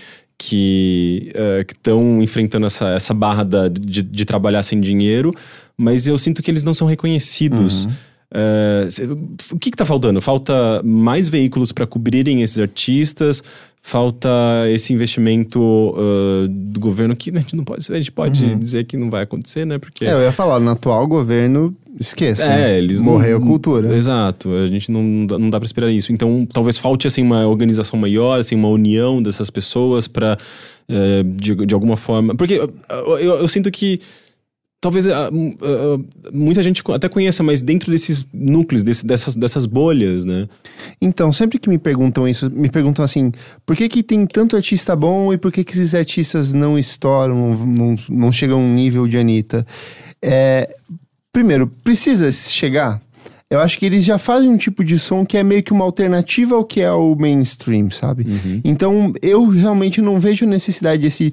estão enfrentando essa barra de trabalhar sem dinheiro, mas eu sinto que eles não são reconhecidos. O que tá faltando? Falta mais veículos para cobrirem esses artistas? Falta esse investimento do governo que a gente pode dizer que não vai acontecer, né? Porque... eu ia falar, no atual governo, esqueça. Eles morreu a cultura. Exato, a gente não dá pra esperar isso. Então, talvez falte, assim, uma organização maior, assim, uma união dessas pessoas pra, de alguma forma... Porque eu sinto que talvez muita gente até conheça, mas dentro desses núcleos, dessas bolhas, né? Então, sempre que me perguntam isso, me perguntam assim, por que tem tanto artista bom e por que esses artistas não estouram, não chegam a um nível de Anitta? Primeiro, precisa chegar? eu acho que eles já fazem um tipo de som que é meio que uma alternativa ao que é o mainstream, sabe? Então, eu realmente não vejo necessidade desse...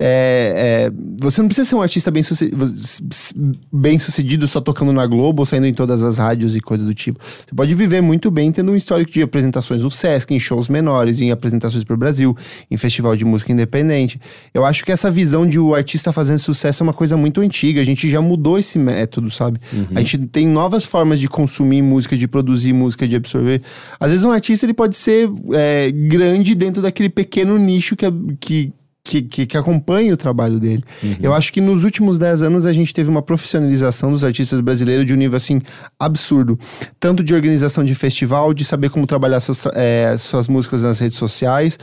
você não precisa ser um artista bem sucedido só tocando na Globo ou saindo em todas as rádios e coisas do tipo. Você pode viver muito bem tendo um histórico de apresentações no Sesc, em shows menores, em apresentações pro Brasil, em festival de música independente. Eu acho que essa visão de o artista fazendo sucesso é uma coisa muito antiga. A gente já mudou esse método, sabe? A gente tem novas formas de consumir música, de produzir música, de absorver. Às vezes um artista ele pode ser grande dentro daquele pequeno nicho que acompanha o trabalho dele. Eu acho que nos últimos 10 anos a gente teve uma profissionalização dos artistas brasileiros de um nível, assim, absurdo. Tanto de organização de festival, de saber como trabalhar suas músicas nas redes sociais,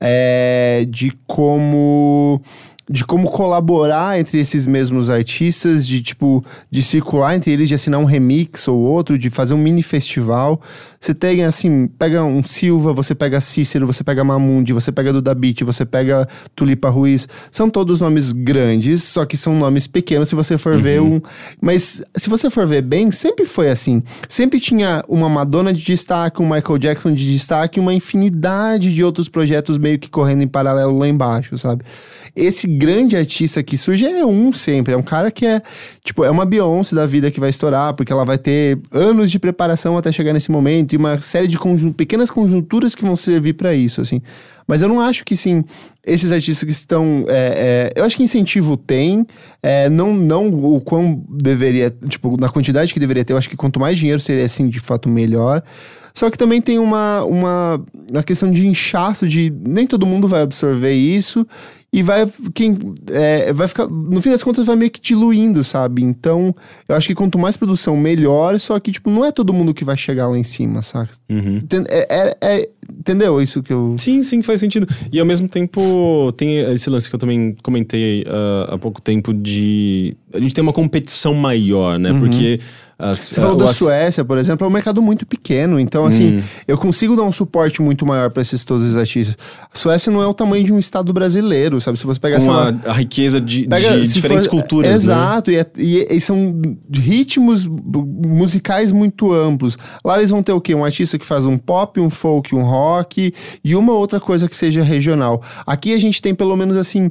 de como colaborar entre esses mesmos artistas, de circular entre eles, de assinar um remix ou outro, de fazer um mini festival. Você tem, assim, pega um Silva, você pega Cícero, você pega Mamundi, você pega Duda Beat, você pega Tulipa Ruiz. São todos nomes grandes, só que são nomes pequenos se você for ver um... Mas se você for ver bem, sempre foi assim. Sempre tinha uma Madonna de destaque, um Michael Jackson de destaque, uma infinidade de outros projetos meio que correndo em paralelo lá embaixo, sabe? Esse grande artista que surge é sempre. É um cara que é uma Beyoncé da vida que vai estourar, porque ela vai ter anos de preparação até chegar nesse momento e uma série de pequenas conjunturas que vão servir pra isso, assim. Mas eu não acho que, sim, esses artistas que estão... eu acho que incentivo tem, não o quão deveria... na quantidade que deveria ter, eu acho que quanto mais dinheiro seria, assim, de fato, melhor. Só que também tem uma questão de inchaço, de nem todo mundo vai absorver isso e vai ficar, no fim das contas, vai meio que diluindo, sabe? Então, eu acho que quanto mais produção, melhor, só que, não é todo mundo que vai chegar lá em cima, sabe? Entendeu isso que eu... Sim, faz sentido. E ao mesmo tempo, tem esse lance que eu também comentei há pouco tempo de... A gente tem uma competição maior, né? Porque... Você falou da Suécia, por exemplo, é um mercado muito pequeno. Então, assim, eu consigo dar um suporte muito maior para todos esses artistas. A Suécia não é o tamanho de um estado brasileiro, sabe? Se você pegar a riqueza de diferentes culturas, exato, né? E são ritmos musicais muito amplos. Lá eles vão ter o quê? Um artista que faz um pop, um folk, um rock e uma outra coisa que seja regional. Aqui a gente tem pelo menos, assim,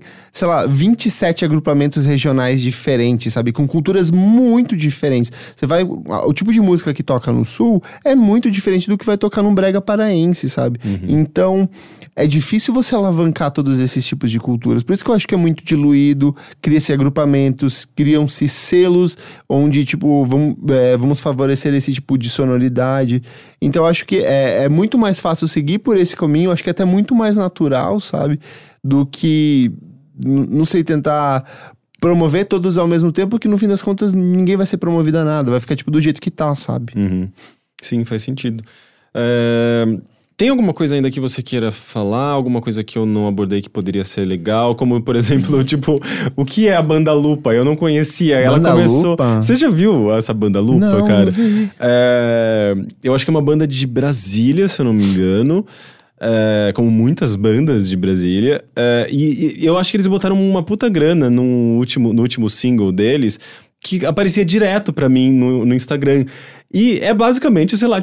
27 agrupamentos regionais diferentes, sabe? Com culturas muito diferentes. O tipo de música que toca no Sul é muito diferente do que vai tocar num brega paraense, sabe? Então, é difícil você alavancar todos esses tipos de culturas. Por isso que eu acho que é muito diluído, cria-se agrupamentos, criam-se selos onde, vamos favorecer esse tipo de sonoridade. Então, eu acho que é muito mais fácil seguir por esse caminho, acho que é até muito mais natural, sabe? Do que, não sei, tentar... promover todos ao mesmo tempo, que no fim das contas ninguém vai ser promovido a nada, vai ficar do jeito que tá, sabe? Sim, faz sentido. Tem alguma coisa ainda que você queira falar? Alguma coisa que eu não abordei que poderia ser legal? Como, por exemplo, o que é a Banda Lupa? Eu não conhecia. Ela começou... Lupa? Você já viu essa Banda Lupa, não, cara? Não vi. Eu acho que é uma banda de Brasília, se eu não me engano. Como muitas bandas de Brasília. E eu acho que eles botaram uma puta grana no último single deles, que aparecia direto pra mim no Instagram. E é basicamente, sei lá,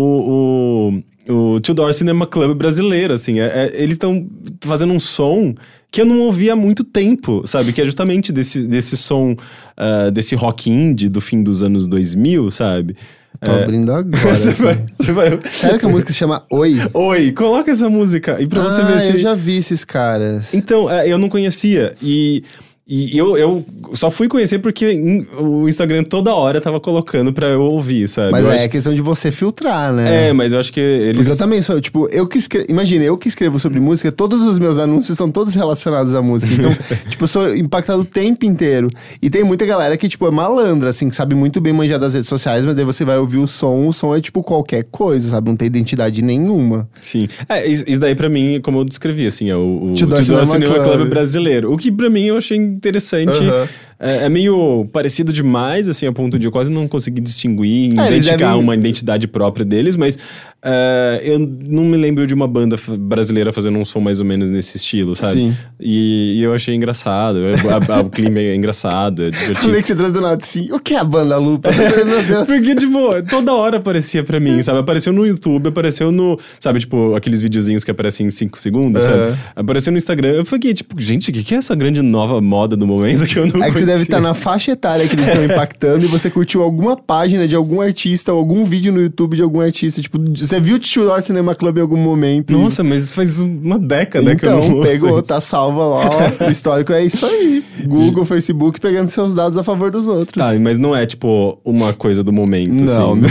o Two-Door Cinema Club brasileiro, assim. Eles estão fazendo um som que eu não ouvi há muito tempo, sabe? Que é justamente desse som, desse rock indie do fim dos anos 2000, sabe? Tô abrindo agora. Você vai... Sério que a música se chama Oi? Oi, coloca essa música. E pra você ver se... eu já vi esses caras. Então, eu não conhecia. E eu só fui conhecer porque o Instagram toda hora tava colocando pra eu ouvir, sabe? Mas é questão de você filtrar, né? Mas eu acho que eles... Porque eu também sou, imagina, eu que escrevo sobre música, todos os meus anúncios são todos relacionados à música. Então, eu sou impactado o tempo inteiro. E tem muita galera que, é malandra, assim, que sabe muito bem manjar das redes sociais, mas daí você vai ouvir o som é, qualquer coisa, sabe? Não tem identidade nenhuma. Sim. Isso daí pra mim, como eu descrevi, assim, é o Two-Door Cinema Club brasileiro. O que pra mim eu achei interessante. É meio parecido demais, assim, a ponto de eu quase não conseguir distinguir, identificar uma identidade própria deles, mas eu não me lembro de uma banda brasileira fazendo um som mais ou menos nesse estilo, sabe? Sim. E eu achei engraçado, o clima é engraçado, é divertido. Como é que você trouxe do nada assim? O que é a banda Lupa? Meu Deus. Porque, tipo, toda hora aparecia pra mim, sabe? Apareceu no YouTube, apareceu no... Sabe, tipo, aqueles videozinhos que aparecem em 5 segundos, sabe? Apareceu no Instagram. Eu fiquei, tipo, gente, o que é essa grande nova moda do momento que eu não conhecia? É que você deve estar na faixa etária que eles estão impactando e você curtiu alguma página de algum artista ou algum vídeo no YouTube de algum artista. Tipo, você viu o Titular Cinema Club em algum momento. Nossa, mas faz uma década que eu não ouço. Então, pegou, isso. tá salva lá, ó. O histórico é isso aí. Google, Facebook, pegando seus dados a favor dos outros. Tá, mas não é, tipo, uma coisa do momento, não, assim. Não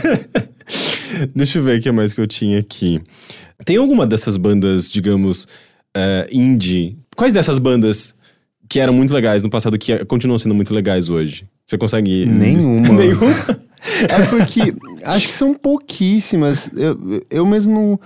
é. Deixa eu ver o que mais que eu tinha aqui. Tem alguma dessas bandas, digamos, indie? Quais dessas bandas que eram muito legais no passado que continuam sendo muito legais hoje? Você consegue... Nenhuma. Nenhuma? É porque acho que são pouquíssimas. Eu mesmo...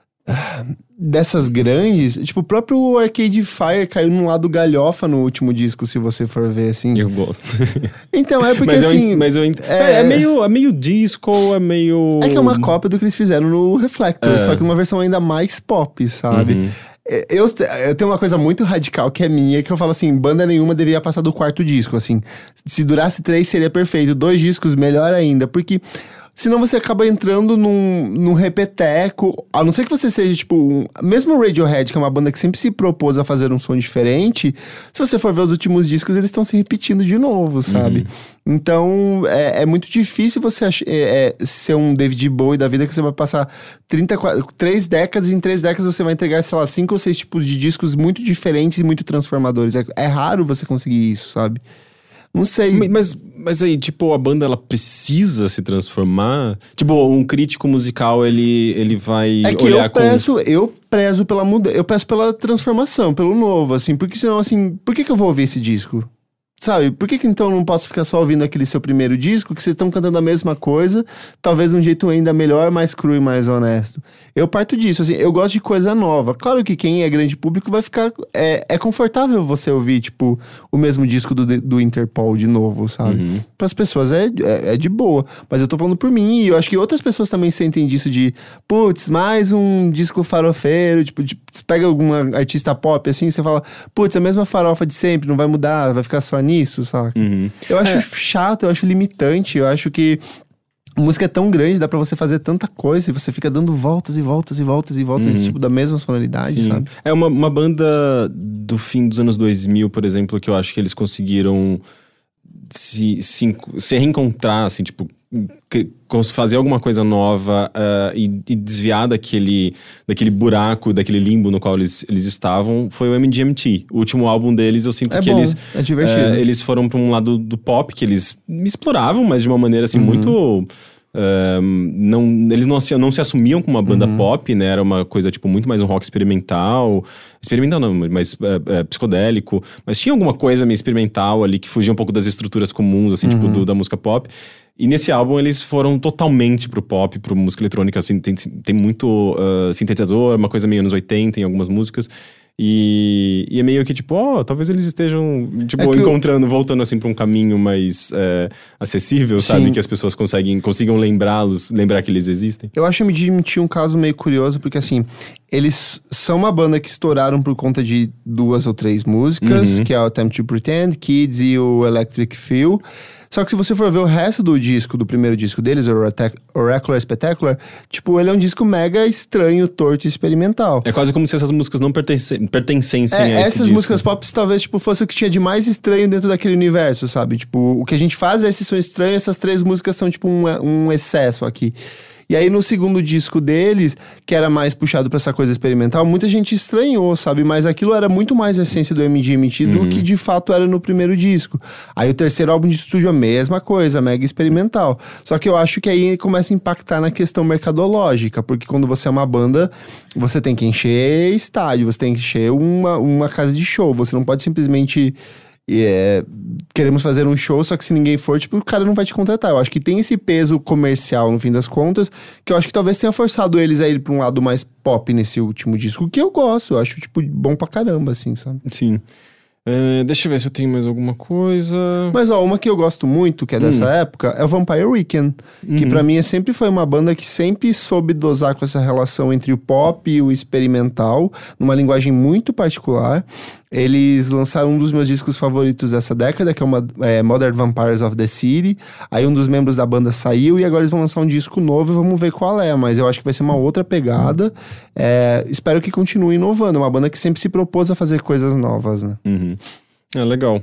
Dessas grandes, tipo, o próprio Arcade Fire caiu num lado galhofa no último disco, se você for ver, assim. Eu gosto. Então, é porque, assim... É meio disco, é meio... É que é uma cópia do que eles fizeram no Reflector, só que uma versão ainda mais pop, sabe? Eu tenho uma coisa muito radical que é minha, que eu falo assim, banda nenhuma deveria passar do 4º disco, assim. Se durasse 3 seria perfeito, 2 discos melhor ainda, porque... Senão você acaba entrando num repeteco. A não ser que você seja, tipo... Mesmo o Radiohead, que é uma banda que sempre se propôs a fazer um som diferente... Se você for ver os últimos discos, eles estão se repetindo de novo, sabe? Então, é muito difícil você ser um David Bowie da vida... Que você vai passar 3 décadas e em 3 décadas você vai entregar, sei lá, 5 ou 6 tipos de discos muito diferentes e muito transformadores. É raro você conseguir isso, sabe? Não sei. Mas aí, tipo, a banda, ela precisa se transformar? Tipo, um crítico musical, ele vai olhar eu prezo pela mudança, eu peço pela transformação, pelo novo, assim, porque senão, assim, por que eu vou ouvir esse disco? Sabe, por que então eu não posso ficar só ouvindo aquele seu primeiro disco, que vocês estão cantando a mesma coisa, talvez de um jeito ainda melhor, mais cru e mais honesto? Eu parto disso, assim, eu gosto de coisa nova. Claro que quem é grande público vai ficar... É confortável você ouvir, tipo, o mesmo disco do Interpol de novo, sabe? Para as pessoas é de boa. Mas eu tô falando por mim, e eu acho que outras pessoas também sentem disso de... Putz, mais um disco farofeiro, tipo, você pega algum artista pop, assim, você fala... Putz, a mesma farofa de sempre, não vai mudar, vai ficar só nisso, saca? Eu acho chato, eu acho limitante, eu acho que a música é tão grande, dá pra você fazer tanta coisa e você fica dando voltas e voltas e voltas e voltas, tipo, da mesma sonoridade, sabe? É uma banda do fim dos anos 2000, por exemplo, que eu acho que eles conseguiram se reencontrar, assim, tipo, fazer alguma coisa nova e desviar daquele buraco, daquele limbo no qual eles estavam, foi o MGMT. O último álbum deles, eu sinto que bom, eles... É divertido. Eles foram pra um lado do pop, que eles exploravam, mas de uma maneira, assim, muito... eles não se assumiam como uma banda pop, né? Era uma coisa, tipo, muito mais um rock experimental. Experimental não, mas psicodélico. Mas tinha alguma coisa meio experimental ali que fugia um pouco das estruturas comuns, assim, tipo, da música pop. E nesse álbum eles foram totalmente pro pop, pro música eletrônica, assim, tem muito sintetizador, uma coisa meio anos 80 em algumas músicas. E é meio que tipo, talvez eles estejam, tipo, voltando assim pra um caminho mais acessível, sabe? Que as pessoas consigam lembrar que eles existem. Eu acho o MGMT um caso meio curioso, porque assim, eles são uma banda que estouraram por conta de 2 ou 3 músicas, que é o Time to Pretend, Kids e o Electric Feel. Só que se você for ver o resto do disco, do primeiro disco deles, o Oracular Spectacular, tipo, ele é um disco mega estranho, torto e experimental. É quase como se essas músicas não pertencessem a esse essas disco. músicas pop talvez, tipo, fosse o que tinha de mais estranho dentro daquele universo, sabe? Tipo, o que a gente faz é esse som estranho, essas 3 músicas são, tipo, um excesso aqui. E aí no segundo disco deles, que era mais puxado pra essa coisa experimental, muita gente estranhou, sabe? Mas aquilo era muito mais a essência do MGMT do que de fato era no primeiro disco. Aí o terceiro álbum de estúdio a mesma coisa, mega experimental. Só que eu acho que aí começa a impactar na questão mercadológica, porque quando você é uma banda, você tem que encher estádio, você tem que encher uma casa de show, você não pode simplesmente... queremos fazer um show, só que se ninguém for, tipo, o cara não vai te contratar. Eu acho que tem esse peso comercial, no fim das contas, que eu acho que talvez tenha forçado eles a ir pra um lado mais pop nesse último disco, que eu gosto, eu acho, tipo, bom pra caramba, assim, sabe? Sim. Deixa eu ver se eu tenho mais alguma coisa. Mas ó, uma que eu gosto muito, que é dessa época, é o Vampire Weekend. Que pra mim sempre foi uma banda que sempre soube dosar com essa relação entre o pop e o experimental, numa linguagem muito particular. Eles lançaram um dos meus discos favoritos dessa década, que é Modern Vampires of the City. Aí um dos membros da banda saiu e agora eles vão lançar um disco novo e vamos ver qual é. Mas eu acho que vai ser uma outra pegada. Espero que continue inovando. É uma banda que sempre se propôs a fazer coisas novas, né? Legal.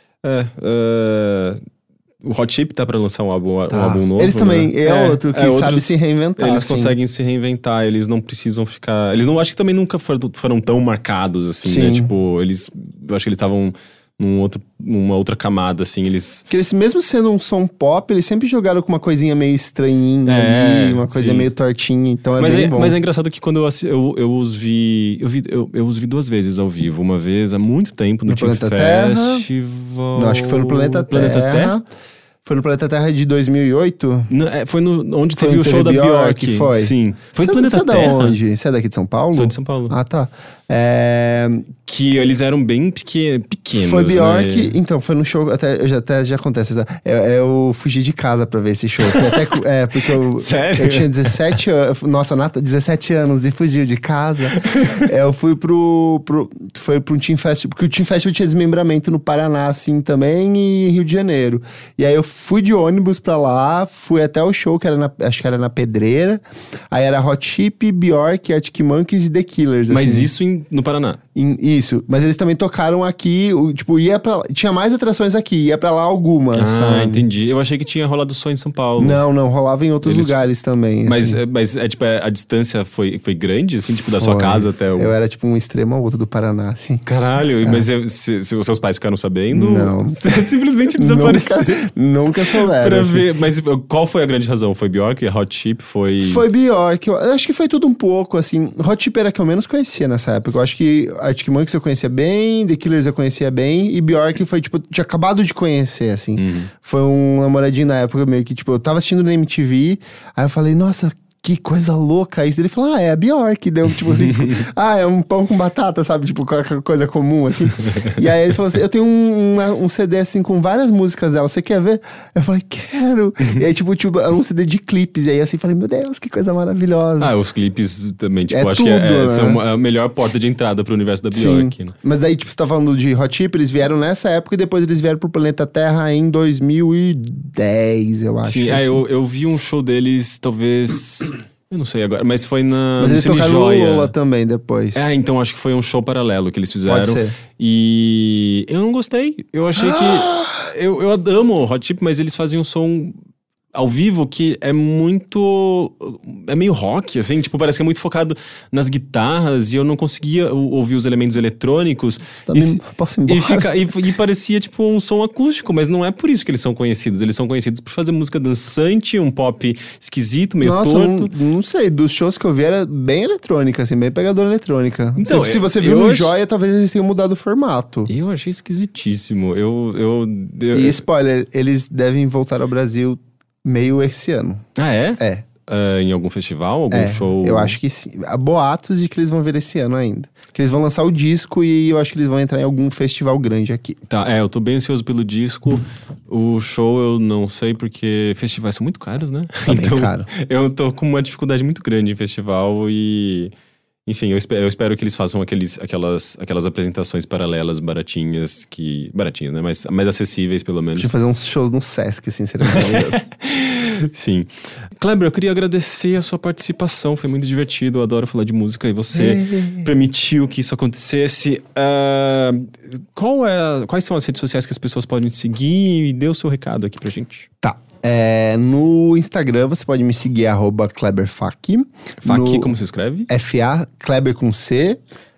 O Hot Chip tá pra lançar um álbum novo. Eles também, né? Outro que sabe se reinventar. Eles conseguem se reinventar, eles não precisam ficar... Eles não, acho que também nunca foram tão marcados, assim, né? Tipo, eu acho que eles estavam numa outra camada, assim, Porque eles, mesmo sendo um som pop, eles sempre jogaram com uma coisinha meio estranhinha ali, uma coisa meio tortinha, então bem bom. Mas é engraçado que quando eu os vi 2 vezes ao vivo. Uma vez, há muito tempo, no Teen Festival... Não, acho que foi no Planeta Terra. Foi no Planeta Terra de 2008? Não, foi onde teve o show da Bjork. Que foi? Sim. Foi no Planeta Terra. Você é da onde? Você é daqui de São Paulo? Sou de São Paulo. Ah, tá. Que eles eram bem pequenos, foi Bjork, né? Então, foi no show, já acontece. Eu fugi de casa pra ver esse show. Porque Sério? Eu tinha 17 anos. Nossa, 17 anos e fugi de casa. Eu fui foi pro Teen Festival, porque o Teen Festival tinha desmembramento no Paraná, assim, também, e Rio de Janeiro. E aí eu fui de ônibus pra lá, fui até o show, acho que era na Pedreira. Aí era Hot Chip, Bjork, Arctic Monkeys e The Killers. Mas assim. Isso no Paraná? Isso, mas eles também tocaram aqui, ia pra lá, tinha mais atrações aqui, ia pra lá algumas, sabe? Entendi. Eu achei que tinha rolado só em São Paulo. Não, rolava em outros lugares também. Mas, assim. tipo, a distância foi grande, assim, tipo, da sua casa até o... Eu era, tipo, um extremo ao outro do Paraná, assim. Caralho, mas se os seus pais ficaram sabendo... Não. Você simplesmente desapareceu. Nunca souberam. Pra ver, mas qual foi a grande razão? Foi Bjork? Hot Chip? Foi Bjork, eu acho que foi tudo um pouco, assim. Hot Chip era que eu menos conhecia nessa época. Eu acho que Arctic Monkeys eu conhecia bem, The Killers eu conhecia bem, e Bjork foi, tipo, tinha acabado de conhecer, assim. Foi um namoradinho na época, meio que, tipo, eu tava assistindo na MTV, aí eu falei, nossa, que coisa louca isso. Ele falou, é a Bjork. Deu, tipo assim, é um pão com batata, sabe? Tipo, qualquer coisa comum, assim. E aí ele falou assim, eu tenho um CD, assim, com várias músicas dela, você quer ver? Eu falei, quero. E aí, tipo, um CD de clipes. E aí, assim, falei, meu Deus, que coisa maravilhosa. Os clipes também, tipo, acho tudo, que né? são a melhor porta de entrada pro universo da Bjork. Sim. Né? Mas daí, tipo, você tá falando de Hot Chip, eles vieram nessa época e depois eles vieram pro Planeta Terra em 2010, eu acho. Sim, assim. eu vi um show deles, talvez... Eu não sei agora, mas foi Mas eles tocaram no Lola também depois. Então acho que foi um show paralelo que eles fizeram. Pode ser. E eu não gostei. Eu achei que... Eu amo o Hot Chip, mas eles faziam um som ao vivo que é muito... É meio rock, assim. Tipo, parece que é muito focado nas guitarras e eu não conseguia ouvir os elementos eletrônicos. Posso ir embora? E parecia, tipo, um som acústico, mas não é por isso que eles são conhecidos. Eles são conhecidos por fazer música dançante, um pop esquisito, meio torto. Não sei. Dos shows que eu vi era bem eletrônica, assim, bem pegadora eletrônica. Então, se você viu no Joia, talvez eles tenham mudado o formato. Eu achei esquisitíssimo. E spoiler, eles devem voltar ao Brasil meio esse ano. Ah, é? É. Em algum festival, algum show? Eu acho que sim. Há boatos de que eles vão vir esse ano ainda. Que eles vão lançar o disco e eu acho que eles vão entrar em algum festival grande aqui. Tá, eu tô bem ansioso pelo disco. O show eu não sei porque festivais são muito caros, né? Tá bem caro. Eu tô com uma dificuldade muito grande em festival e... Enfim, eu espero que eles façam aquelas apresentações paralelas baratinhas, né? Mais acessíveis, pelo menos. Deixa eu fazer uns shows no Sesc, assim, seria maravilhoso. Sim. Kleber, eu queria agradecer a sua participação, foi muito divertido, eu adoro falar de música e você permitiu que isso acontecesse. Quais são as redes sociais que as pessoas podem te seguir? E dê o seu recado aqui pra gente. Tá. No Instagram você pode me seguir @KleberFac. Fac, como se escreve? F-A, Kleber com C,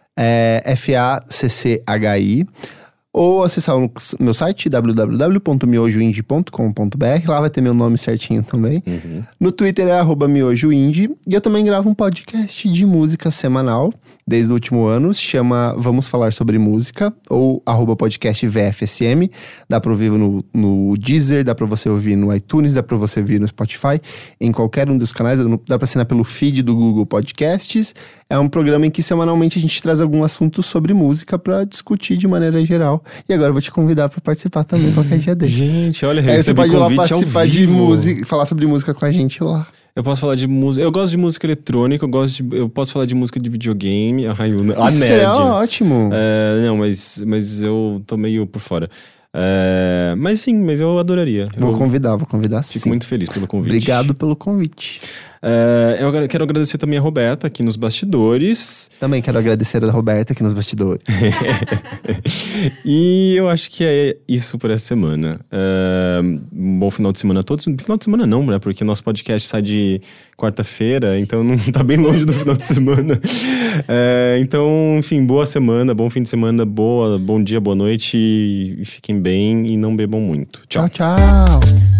F-A-C-C-H-I. Ou acessar o meu site, www.miojoindie.com.br. Lá vai ter meu nome certinho também. No Twitter é @miojoindie. E eu também gravo um podcast de música semanal, desde o último ano. Se chama Vamos Falar Sobre Música, ou @podcast VFSM. Dá pra ouvir no Deezer, dá pra você ouvir no iTunes, dá pra você ouvir no Spotify, em qualquer um dos canais. Dá pra assinar pelo feed do Google Podcasts. É um programa em que semanalmente a gente traz algum assunto sobre música pra discutir de maneira geral. E agora eu vou te convidar pra participar também qualquer dia desses. Gente, olha, Aí você pode ir lá convite ao participar de vivo. música, falar sobre música com a gente lá. Eu posso falar de música. Eu gosto de música eletrônica, eu posso falar de música de videogame. A Rayuna. A Isso nerd. é ótimo. Não, mas eu tô meio por fora. Mas sim, mas eu adoraria. Vou convidar sim. Fico muito feliz pelo convite. Obrigado pelo convite. Eu quero agradecer também a Roberta aqui nos bastidores. Também quero agradecer a Roberta aqui nos bastidores. E eu acho que é isso por essa semana. Um bom final de semana a todos. Final de semana não, né? Porque nosso podcast sai de quarta-feira, então não tá bem longe do final de semana. Então, enfim, boa semana, bom fim de semana, bom dia, boa noite. E fiquem bem e não bebam muito. Tchau. Tchau, tchau.